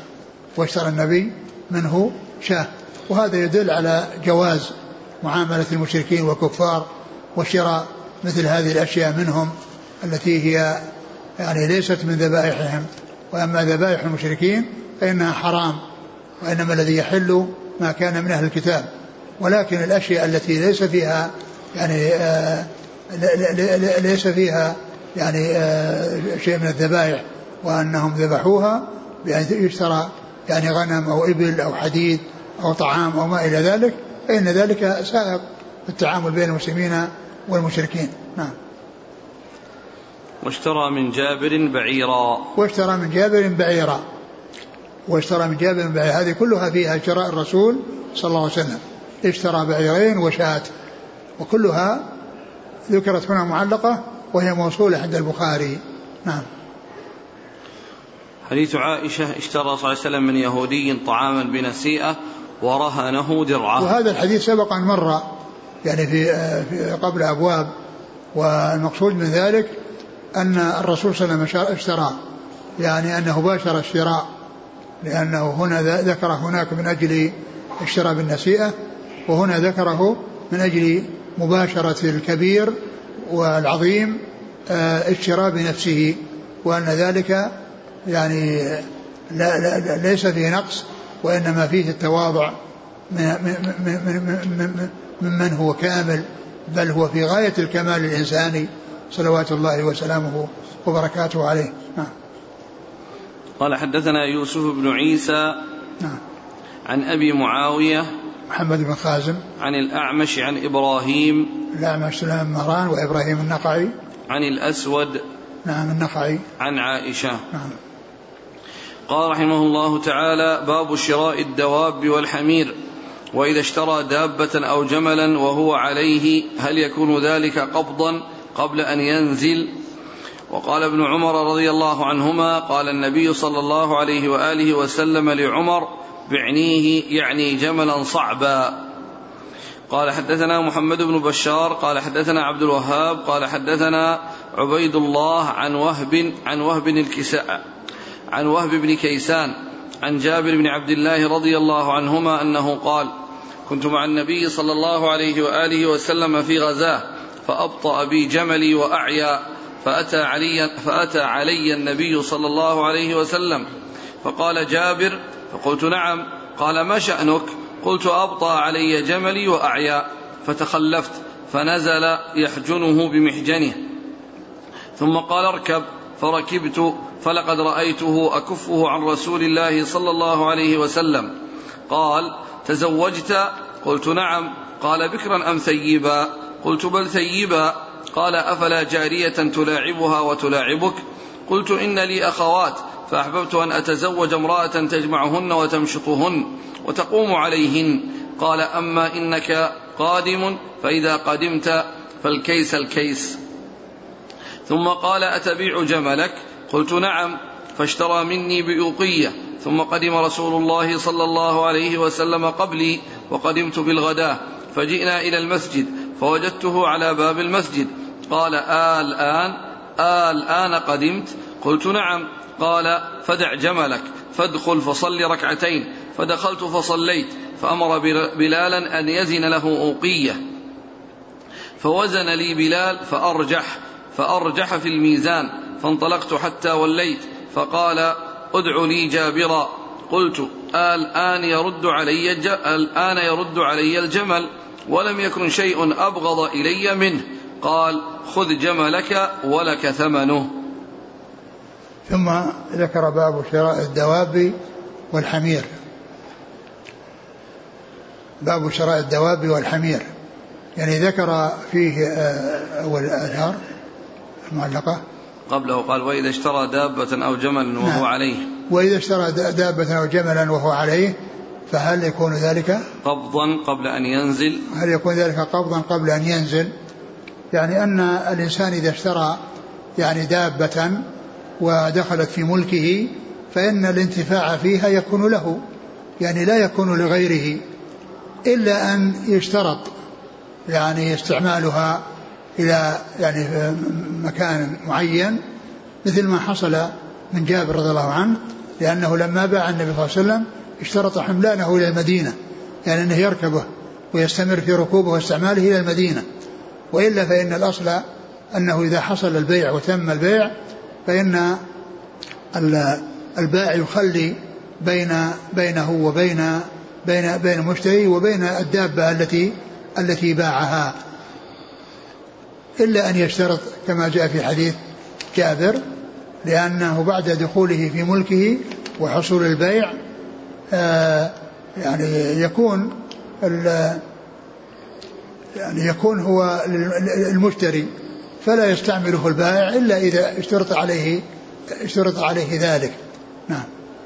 منه شاه. وهذا يدل على جواز معاملة المشركين والكفار وشراء مثل هذه الأشياء منهم التي هي يعني ليست من ذبائحهم. وأما ذبائح المشركين فإنها حرام، وإنما الذي يحل ما كان من أهل الكتاب. ولكن الأشياء التي ليس فيها يعني شيء من الذبائح وأنهم ذبحوها بأن يشترى يعني غنم أو إبل أو حديد أو طعام أو ما إلى ذلك، فإن ذلك سائق في التعامل بين المسلمين والمشركين. نعم. واشترى من جابر بعيرا. هذه كلها فيها شراء الرسول صلى الله عليه وسلم، اشترى بعيرين وشاة، وكلها ذكرت هنا معلقة وهي موصولة عند البخاري. نعم. حديث عائشة اشترى صلى الله عليه وسلم من يهودي طعاما بنسيئة ورهنه درعه. وهذا الحديث سبق أن مر يعني في قبل أبواب. والمقصود من ذلك أن الرسول صلى الله عليه وسلم اشترى، يعني أنه باشر الشراء، لأنه هنا ذكر هناك من أجل الشراء بالنسيئة، وهنا ذكره من أجل مباشرة الكبير والعظيم الشراء بنفسه، وأن ذلك يعني ليس فيه نقص، وإنما فيه التواضع ممن هو كامل، بل هو في غاية الكمال الإنساني صلوات الله وسلامه وبركاته عليه. قال حدثنا يوسف بن عيسى عن أبي معاوية محمد بن خازم عن الأعمش عن إبراهيم سلام مهران وإبراهيم النقعي عن الأسود النقعي عن عائشة. قال رحمه الله تعالى: باب شراء الدواب والحمير، وإذا اشترى دابة أو جملا وهو عليه هل يكون ذلك قبضا قبل أن ينزل؟ وقال ابن عمر رضي الله عنهما: قال النبي صلى الله عليه وآله وسلم لعمر: بعنيه، يعني جملا صعبا. قال حدثنا محمد بن بشار قال حدثنا عبد الوهاب قال حدثنا عبيد الله عن وهب بن كيسان عن جابر بن عبد الله رضي الله عنهما أنه قال: كنت مع النبي صلى الله عليه وآله وسلم في غزاه فأبطأ بي جملي وأعيا، فأتى علي النبي صلى الله عليه وسلم فقال: جابر؟ فقلت: نعم. قال: ما شأنك؟ قلت: أبطأ علي جملي وأعيا. فتخلفت فنزل يحجنه بمحجنه، ثم قال: اركب، فركبت، فلقد رأيته أكفه عن رسول الله صلى الله عليه وسلم. قال: تزوجت؟ قلت: نعم. قال: بكرا أم ثيبا؟ قلت: بل ثيبا. قال: أفلا جارية تلاعبها وتلاعبك؟ قلت: إن لي أخوات، فأحببت أن أتزوج امرأة تجمعهن وتمشطهن وتقوم عليهن. قال: أما إنك قادم، فإذا قدمت فالكيس الكيس. ثم قال: أتبيع جملك؟ قلت: نعم. فاشترى مني بأوقية. ثم قدم رسول الله صلى الله عليه وسلم قبلي، وقدمت بالغداة، فجئنا إلى المسجد فوجدته على باب المسجد. قال: الآن قدمت؟ قلت: نعم. قال: فدع جملك، فادخل فصل ركعتين. فدخلت فصليت، فأمر بلالا أن يزن له أوقية، فوزن لي بلال فأرجح في الميزان، فانطلقت حتى وليت، فقال ادع لي جابرا. قلت الآن يرد علي الجمل، ولم يكن شيء أبغض إلي منه. قال خذ جملك ولك ثمنه. ثم ذكر باب شراء الدواب والحمير. باب شراء الدواب والحمير، يعني ذكر فيه أول الأثار المعلقة قبله، قال وإذا اشترى دابة أو جملا وهو عليه. وإذا اشترى دابة أو جملا وهو عليه، فهل يكون ذلك قبضا قبل أن ينزل؟ هل يكون ذلك قبضا قبل أن ينزل؟ يعني أن الإنسان إذا اشترى يعني دابة ودخلت في ملكه، فإن الانتفاع فيها يكون له، يعني لا يكون لغيره، إلا أن يشترط يعني استعمالها إلى يعني مكان معين، مثل ما حصل من جابر رضي الله عنه، لأنه لما باع النبي صلى الله عليه وسلم اشترط حملانه إلى المدينة، يعني أنه يركبه ويستمر في ركوبه واستعماله إلى المدينة. وإلا فإن الأصل أنه إذا حصل البيع وتم البيع، فإن البائع يخلي بينه وبين المشتري وبين الدابة التي باعها، إلا أن يشترط كما جاء في حديث جابر، لأنه بعد دخوله في ملكه وحصول البيع يعني يكون هو المشتري، فلا يستعمله البائع إلا إذا اشترط عليه ذلك. نعم.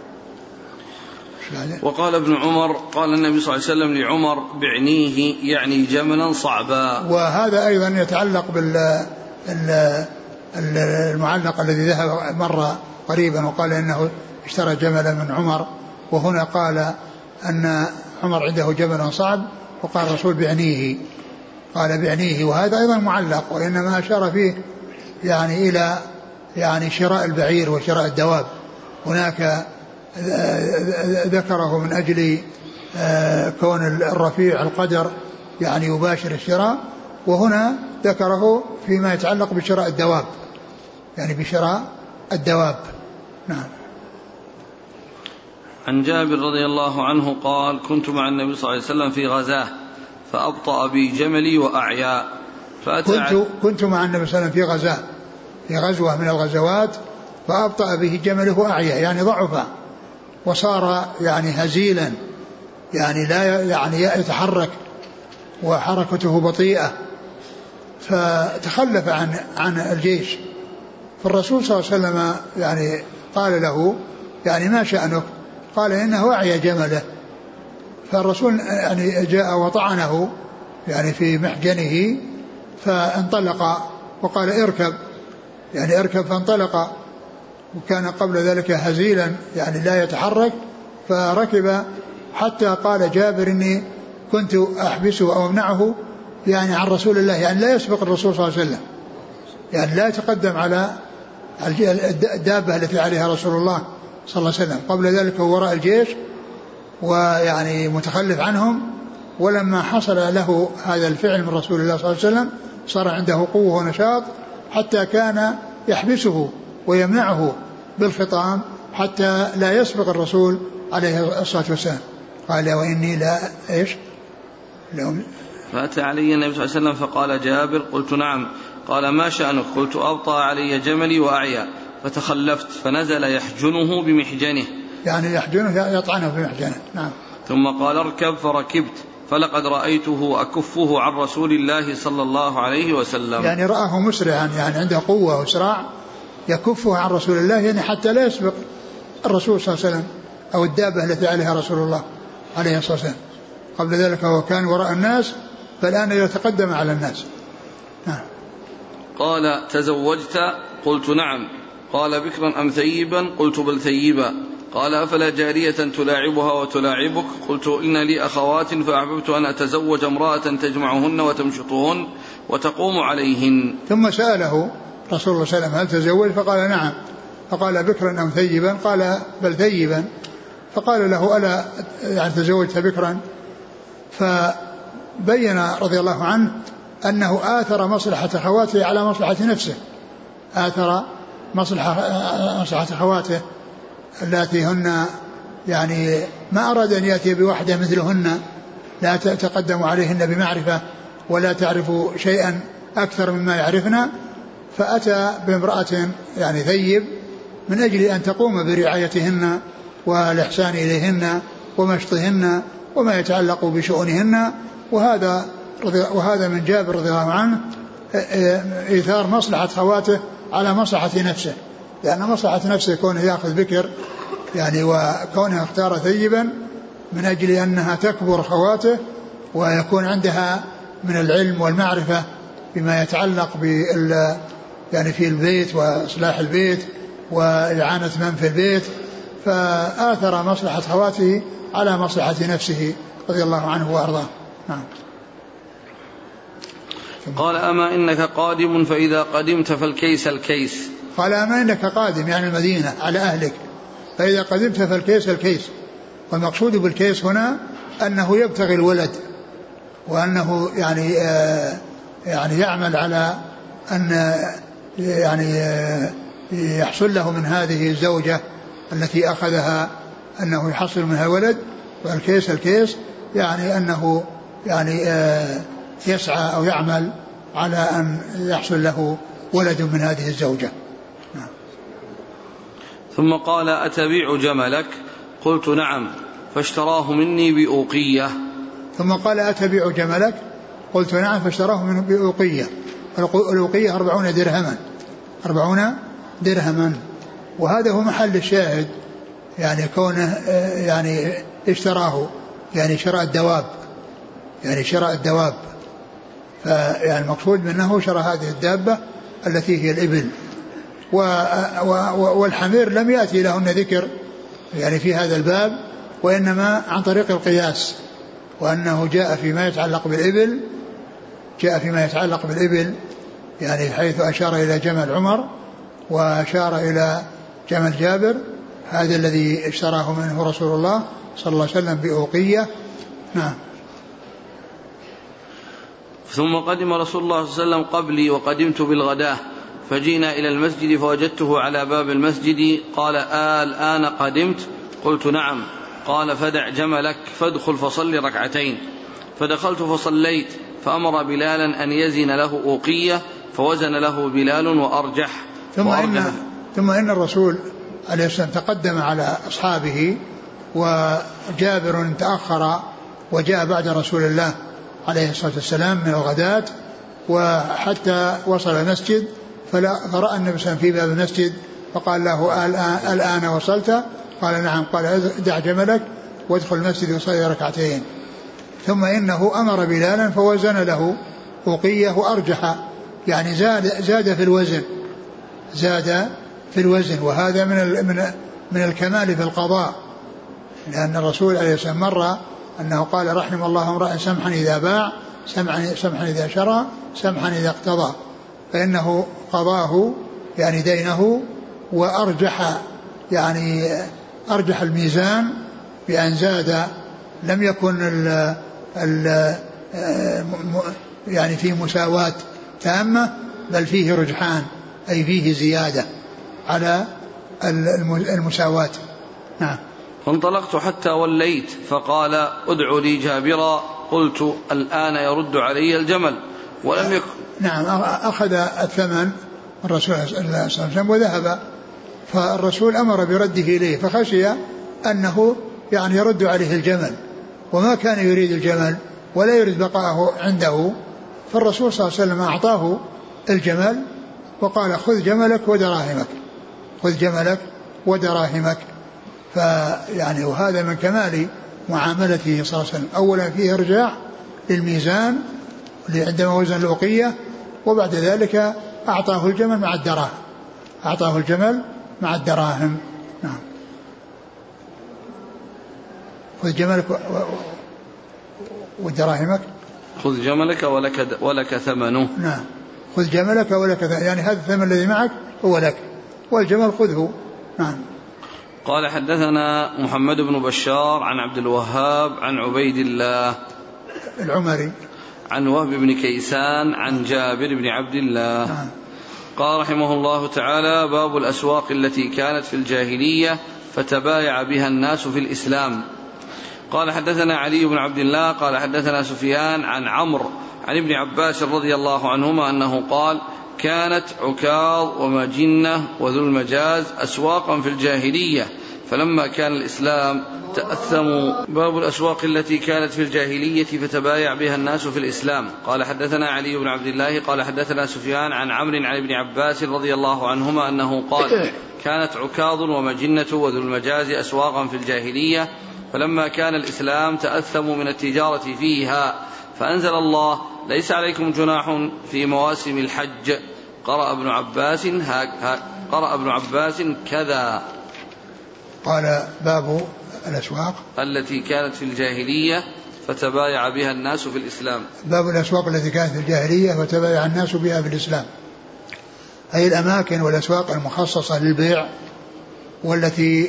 وقال ابن عمر قال النبي صلى الله عليه وسلم لعمر بعنيه، يعني جملا صعبا. وهذا أيضا يتعلق بالمعلق الذي ذهب مرة قريبا وقال إنه اشترى جملا من عمر، وهنا قال أن عمر عنده جمل صعب، وقال الرسول بعنيه، قال بعنيه، وهذا أيضا معلق، وإنما أشار فيه يعني إلى يعني شراء البعير وشراء الدواب. هناك ذكره من أجل كون الرفيع القدر يعني يباشر الشراء، وهنا ذكره فيما يتعلق بشراء الدواب، يعني بشراء الدواب. نعم. عن جابر رضي الله عنه قال كنت مع النبي صلى الله عليه وسلم في غزاه فأبطأ بي جملي وأعيا، كنت مع النبي صلى الله عليه وسلم في غزاه، في غزوة من الغزوات، فأبطأ به جمله وأعيا، يعني ضعف وصار يعني هزيلا، يعني لا يعني يتحرك وحركته بطيئة، فتخلف عن الجيش. فالرسول صلى الله عليه وسلم يعني قال له يعني ما شأنك؟ قال إنه أعيا جمله. فالرسول يعني جاء وطعنه يعني في محجنه، فانطلق وقال اركب، يعني اركب، فانطلق، وكان قبل ذلك هزيلا يعني لا يتحرك، فركب حتى قال جابر إني كنت أحبسه أو أمنعه يعني عن رسول الله، يعني لا يسبق الرسول صلى الله عليه وسلم، يعني لا يتقدم على الدابة التي عليها رسول الله صلى الله عليه وسلم. قبل ذلك هو وراء الجيش ويعني متخلف عنهم، ولما حصل له هذا الفعل من رسول الله صلى الله عليه وسلم صار عنده قوة ونشاط، حتى كان يحبسه ويمنعه بالخطام حتى لا يسبق الرسول عليه الصلاة والسلام. قال وإني لا إيش فأتى علي النبي صلى الله عليه وسلم فقال جابر قلت نعم. قال ما شأنك؟ قلت أبطأ علي جملي وأعيا، فتخلفت فنزل يحجنه بمحجنه، يعني يحجنه يطعنه بمحجنه. نعم. ثم قال اركب، فركبت، فلقد رأيته أكفه عن رسول الله صلى الله عليه وسلم، يعني رآه مسرعا، يعني عنده قوة وإسراع يكفه عن رسول الله، يعني حتى لا يسبق الرسول صلى الله عليه وسلم أو الدابة التي عليها رسول الله عليه الصلاة والسلام. قبل ذلك هو كان وراء الناس، فالآن يتقدم على الناس. قال تزوجت؟ قلت نعم. قال بكرا أم ثيبا؟ قلت بل ثيبا. قال أفلا جارية تلاعبها وتلاعبك؟ قلت إن لي أخوات فأحببت أن أتزوج امرأة تجمعهن وتمشطهن وتقوم عليهن. ثم سأله رسول الله صلى الله عليه وسلم هل تزوج؟ فقال نعم. فقال بكرا أم ثيبا؟ قال بل ثيبا. فقال له ألا يعني تزوجت بكرا؟ فبين رضي الله عنه أنه آثر مصلحة أخواته على مصلحة نفسه، آثر مصلحة أخواته التي هن يعني ما أراد أن يأتي بوحدة مثلهن لا تتقدم عليهن بمعرفة ولا تعرف شيئا أكثر مما يعرفنا، فأتى بامرأة يعني ثيب من أجل أن تقوم برعايتهن والإحسان إليهن ومشطهن وما يتعلق بشؤونهن. وهذا من جابر رضي الله عنه إيثار مصلحة خواته على مصلحة نفسه، لأن مصلحة نفسه كونه يأخذ بكر يعني وكونه اختار ثيبا من أجل أنها تكبر خواته ويكون عندها من العلم والمعرفة بما يتعلق يعني في البيت وإصلاح البيت وإعانة من في البيت، فآثر مصلحة خواته على مصلحة نفسه رضي الله عنه وأرضاه. نعم. قال أما إنك قادم فإذا قدمت فالكيس الكيس. قال أما إنك قادم يعني المدينة على أهلك، فإذا قدمت فالكيس الكيس. والمقصود بالكيس هنا أنه يبتغي الولد، وأنه يعني يعمل على أن يعني يحصل له من هذه الزوجة التي أخذها أنه يحصل منها ولد. والكيس الكيس يعني أنه يعني يسعى أو يعمل على أن يحصل له ولد من هذه الزوجة. ثم قال أتبيع جملك؟ قلت نعم، فاشتراه مني بأوقية. ثم قال أتبيع جملك؟ قلت نعم، فاشتراه منه بأوقية. الأوقية 40 درهما. وهذا هو محل الشاهد، يعني كونه يعني اشتراه يعني شراء الدواب، فيعني المقصود منه شرى هذه الدابة التي هي الإبل. والحمير لم يأتي لهن ذكر يعني في هذا الباب، وإنما عن طريق القياس، وأنه جاء فيما يتعلق بالإبل يعني حيث أشار إلى جمل عمر وأشار إلى جمل جابر، هذا الذي اشتراه منه رسول الله صلى الله عليه وسلم بأوقية. نعم. ثم قدم رسول الله صلى الله عليه وسلم قبلي وقدمت بالغداة، فجئنا إلى المسجد فوجدته على باب المسجد. قال الآن قدمت؟ قلت نعم. قال فدع جملك فادخل فصل ركعتين. فدخلت فصليت، فأمر بلالا أن يزن له أوقية، فوزن له بلال وأرجح. ثم إن الرسول عليه السلام تقدم على أصحابه، وجابر تأخر وجاء بعد رسول الله عليه الصلاة والسلام من الغداة، وحتى وصل المسجد فرأى النبي صلى الله عليه وسلم في باب المسجد، فقال له الآن وصلت؟ قال نعم. قال دع جملك وادخل المسجد وصلي ركعتين. ثم إنه أمر بلالا فوزن له أوقية وأرجح، يعني زاد في الوزن. وهذا من الكمال في القضاء، لأن الرسول عليه السلام مر أنه قال رحم الله امرأ سمحا إذا باع، سمحا إذا شرى، سمحا إذا اقتضى. فإنه قضاه يعني دينه، وأرجح يعني أرجح الميزان بأن زاد، لم يكن يعني فيه مساواة تامة، بل فيه رجحان، أي فيه زيادة على المساواة. نعم. فانطلقت حتى وليت، فقال ادع لي جابرا. قلت الآن يرد علي الجمل؟ ولم يكن. نعم. أخذ الثمن الرسول صلى الله عليه وسلم وذهب، فالرسول أمر برده إليه، فخشي أنه يعني يرد عليه الجمل، وما كان يريد الجمل ولا يريد بقاءه عنده. فالرسول صلى الله عليه وسلم أعطاه الجمل وقال خذ جملك ودراهمك. فيعني وهذا من كمال معاملته صلى الله عليه وسلم. أولا فيه إرجاع للميزان عندما وزن الأوقية، وبعد ذلك أعطاه الجمل مع الدراهم. نعم. خذ جملك ودراهمك. خذ جملك ولك ثمنه. نعم. خذ جملك ولك ثمنه، يعني هذا الثمن الذي معك هو لك، والجمل خذه. نعم. قال حدثنا محمد بن بشار عن عبد الوهاب عن عبيد الله العمري عن وهب بن كيسان عن جابر بن عبد الله. قال رحمه الله تعالى: باب الأسواق التي كانت في الجاهلية فتبايع بها الناس في الإسلام. قال حدثنا علي بن عبد الله قال حدثنا سفيان عن عمرو عن ابن عباس رضي الله عنهما أنه قال: كانت عكاظ ومجنة وذو المجاز أسواقا في الجاهلية فلما كان الإسلام تأثموا. باب الأسواق التي كانت في الجاهلية فتبايع بها الناس في الإسلام. قال حدثنا علي بن عبد الله قال حدثنا سفيان عن عمرو عن ابن عباس رضي الله عنهما أنه قال: كانت عكاظ ومجنة وذو المجاز أسواقا في الجاهلية فلما كان الإسلام تأثموا من التجارة فيها فأنزل الله: ليس عليكم جناح في مواسم الحج. قرأ ابن عباس كذا. قال: باب الأسواق التي كانت في الجاهلية فتبايع بها الناس في الإسلام. باب الأسواق التي كانت في الجاهلية فتبايع الناس بها في الإسلام، أي الأماكن والأسواق المخصصة للبيع والتي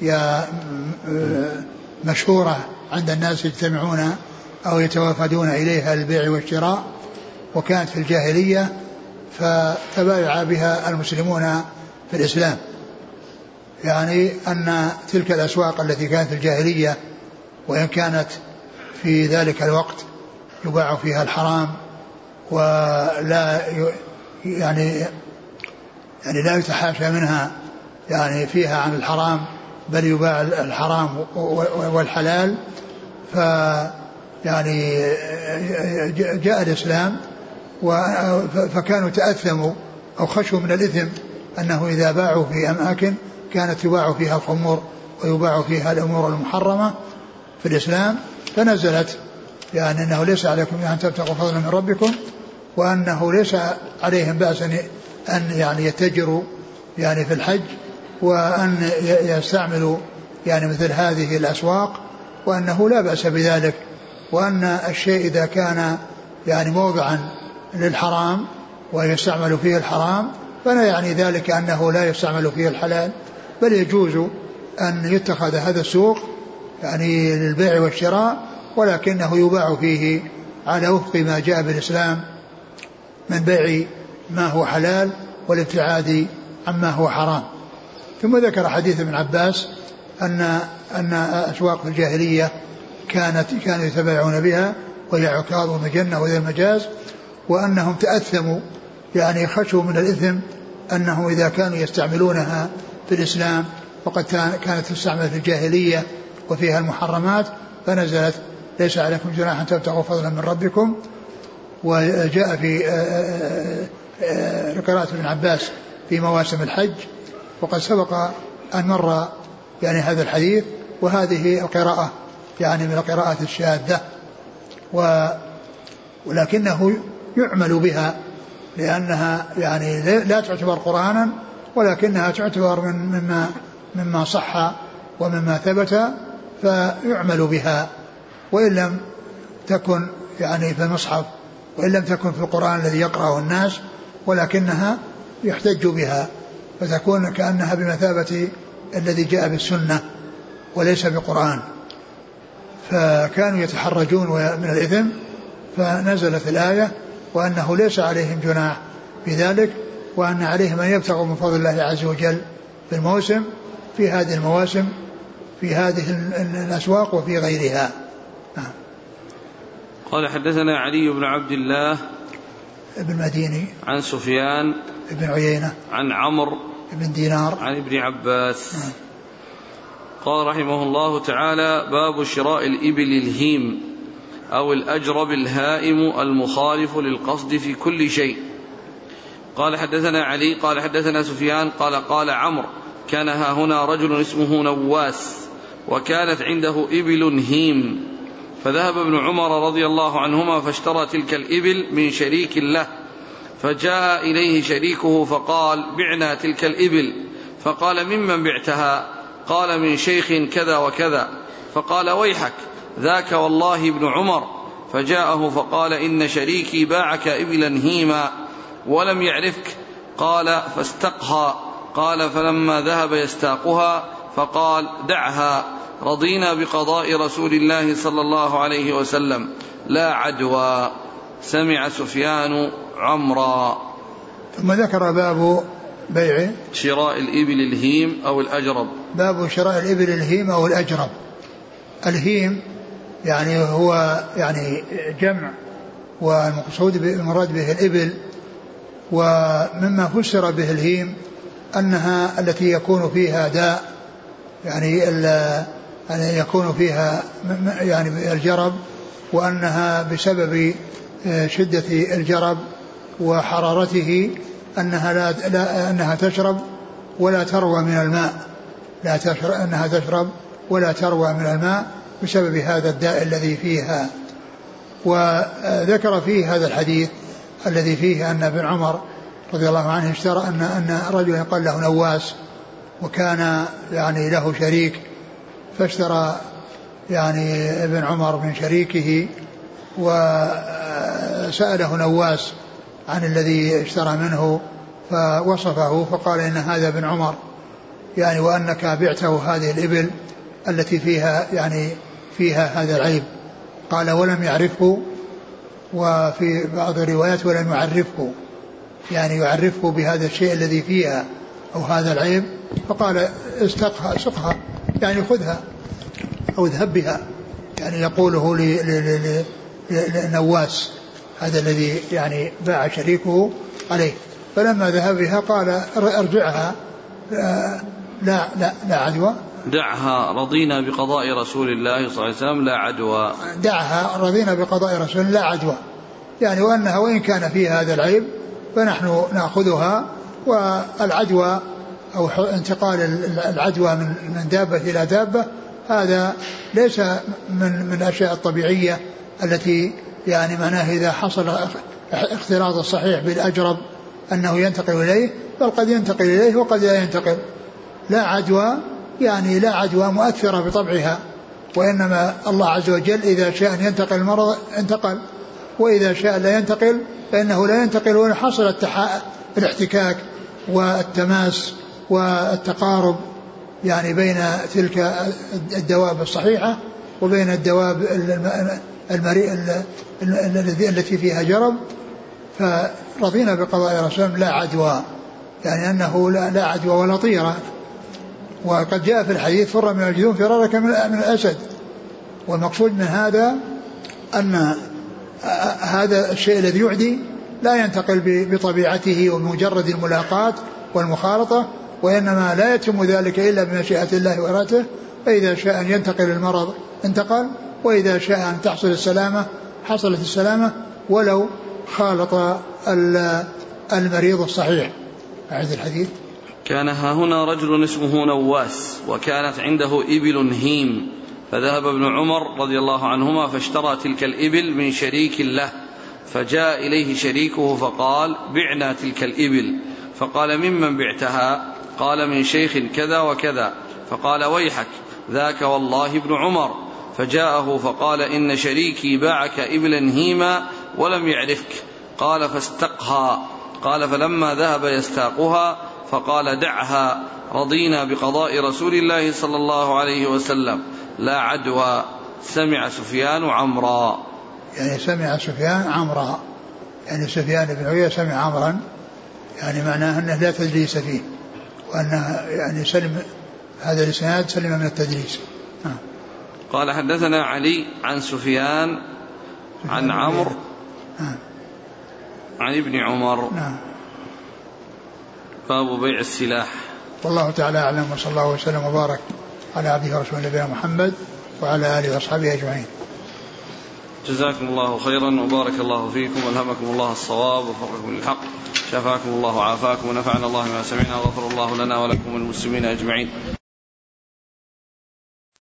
مشهورة عند الناس يجتمعون أو يتوافدون إليها للبيع والشراء، وكانت في الجاهلية فتبايع بها المسلمون في الإسلام. يعني أن تلك الأسواق التي كانت في الجاهلية وإن كانت في ذلك الوقت يباع فيها الحرام ولا يعني لا يتحاشى منها يعني فيها عن الحرام، بل يباع الحرام والحلال، يعني جاء الإسلام فكانوا تأثموا أو خشوا من الإثم أنه إذا باعوا في أماكن كانت يباع فيها الخمور ويباع فيها الأمور المحرمة في الإسلام، فنزلت يعني أنه ليس عليكم أن تبتغوا فضلا من ربكم، وأنه ليس عليهم بأس أن يعني يتجروا يعني في الحج وأن يستعملوا يعني مثل هذه الأسواق، وأنه لا بأس بذلك، وأن الشيء إذا كان يعني موضعا للحرام ويستعمل فيه الحرام فلا يعني ذلك أنه لا يستعمل فيه الحلال، بل يجوز أن يتخذ هذا السوق يعني للبيع والشراء، ولكنه يباع فيه على وفق ما جاء بالإسلام من بيع ما هو حلال والابتعاد عما هو حرام. ثم ذكر حديث ابن عباس أن أسواق في الجاهلية كانوا يتبايعون بها وهي عكاظ ومجنة وذي المجاز، وأنهم تأثموا يعني خشوا من الإثم أنه إذا كانوا يستعملونها في الإسلام وقد كانت تستعمل في الجاهلية وفيها المحرمات، فنزلت: ليس عليكم جناح أن تبتغوا فضلا من ربكم. وجاء في قراءة ابن عباس في مواسم الحج، وقد سبق أن مر يعني هذا الحديث، وهذه القراءة يعني من القراءات الشاذة، ولكنه يعمل بها لأنها يعني لا تعتبر قرآنا، ولكنها تعتبر مما صح ومما ثبت، فيعمل بها وإن لم تكن يعني في المصحف وإن لم تكن في القرآن الذي يقرأه الناس، ولكنها يحتج بها فتكون كأنها بمثابة الذي جاء بالسنة وليس بقرآن. فكانوا يتحرجون من الإثم، فنزلت الآية وأنه ليس عليهم جناح في ذلك، وأن عليهم أن يبتغوا من فضل الله عز وجل في الموسم، في هذه المواسم، في هذه الأسواق وفي غيرها. قال حدثنا علي بن عبد الله ابن مديني عن سفيان ابن عيينة عن عمرو ابن دينار عن ابن عباس. قال رحمه الله تعالى: باب شراء الإبل الهيم أو الأجرب الهائم المخالف للقصد في كل شيء. قال حدثنا علي قال حدثنا سفيان قال عمرو: كان ها هنا رجل اسمه نواس وكانت عنده إبل هيم، فذهب ابن عمر رضي الله عنهما فاشترى تلك الإبل من شريك له، فجاء إليه شريكه فقال: بعنا تلك الإبل. فقال: ممن بعتها؟ قال: من شيخ كذا وكذا. فقال: ويحك، ذاك والله ابن عمر. فجاءه فقال: إن شريكي باعك إبلا هيما ولم يعرفك. قال: فاستقها. قال: فلما ذهب يستاقها فقال: دعها، رضينا بقضاء رسول الله صلى الله عليه وسلم، لا عدوى. سمع سفيان عمرا. ثم ذكر باب بيع شراء الإبل الهيم أو الأجرب. باب شراء الإبل الهيم أو الأجرب. الهيم يعني هو يعني جمع، والمقصود المراد به الإبل. ومما فسر به الهيم أنها التي يكون فيها داء، يعني يكون فيها يعني الجرب، وأنها بسبب شدة الجرب وحرارته أنها تشرب ولا تروى من الماء، أنها تشرب ولا تروى من الماء بسبب هذا الداء الذي فيها. وذكر فيه هذا الحديث الذي فيه أن ابن عمر رضي الله عنه اشترى أن رجل قال له نواس، وكان يعني له شريك، فاشترى يعني ابن عمر من شريكه، وسأله نواس عن الذي اشترى منه فوصفه، فقال إن هذا ابن عمر، يعني وأنك بعته هذه الإبل التي فيها هذا العيب. قال ولم يعرفه، وفي بعض الروايات ولم يعرفه، يعني يعرفه بهذا الشيء الذي فيها أو هذا العيب. فقال سقها يعني خذها أو اذهب بها، يعني يقوله لنواس هذا الذي يعني باع شريكه عليه. فلما ذهب بها قال ارجعها، لا عدوى، دعها رضينا بقضاء رسول الله صلى الله عليه وسلم لا عدوى، دعها رضينا بقضاء رسول الله لا عدوى، يعني وأنها وإن كان فيها هذا العيب فنحن نأخذها. والعدوى أو انتقال العدوى من دابة إلى دابة هذا ليس من الأشياء الطبيعية التي يعني معناه إذا حصل اختلاط الصحيح بالأجرب أنه ينتقل إليه، بل قد ينتقل إليه وقد لا ينتقل. لا عدوى يعني لا عدوى مؤثرة بطبعها، وإنما الله عز وجل إذا شاء أن ينتقل المرض انتقل، وإذا شاء لا ينتقل فإنه لا ينتقل، وإن حصل الاحتكاك والتماس والتقارب يعني بين تلك الدواب الصحيحة وبين الدواب التي فيها جرب. فرضينا بقضاء رسول لا عدوى، يعني أنه لا عدوى ولا طيرة. وقد جاء في الحديث فر من الجذوم فرارك من الأسد. والمقصود من هذا أن هذا الشيء الذي يعدي لا ينتقل بطبيعته ومجرد الملاقاة والمخالطة، وإنما لا يتم ذلك إلا بمشيئة الله وإرادته. فإذا شاء أن ينتقل المرض انتقل، وإذا شاء أن تحصل السلامة حصلت السلامة ولو خالط المريض الصحيح. أعد الحديث. كان هنا رجل اسمه نواس، وكانت عنده إبل هيم، فذهب ابن عمر رضي الله عنهما فاشترى تلك الإبل من شريك له، فجاء إليه شريكه فقال بعنا تلك الإبل، فقال ممن بعتها؟ قال من شيخ كذا وكذا. فقال ويحك ذاك والله ابن عمر. فجاءه فقال إن شريكي باعك إبلا هيما ولم يعرفك. قال فاستقها. قال فلما ذهب يستاقها فقال دعها رضينا بقضاء رسول الله صلى الله عليه وسلم لا عدوى. سمع سفيان عمرا، يعني سمع سفيان عمرا، يعني سفيان بن عيينة سمع عمرا، يعني معناه أنه لا تدليس فيه، وأنه يعني سلم هذا الإسناد سلم من التدليس. قال حدثنا علي عن سفيان عن عمرو عن ابن عمر. باب بيع السلاح. والله تعالى أعلم، وصلى الله وسلم وبارك على عبده ورسوله نبينا محمد وعلى آله وأصحابه أجمعين. جزاكم الله خيرا وبارك الله فيكم والهمكم الله الصواب ووفقكم للحق، شفاكم الله وعافاكم ونفعنا الله ما سمعنا وغفر الله لنا ولكم والمسلمين أجمعين.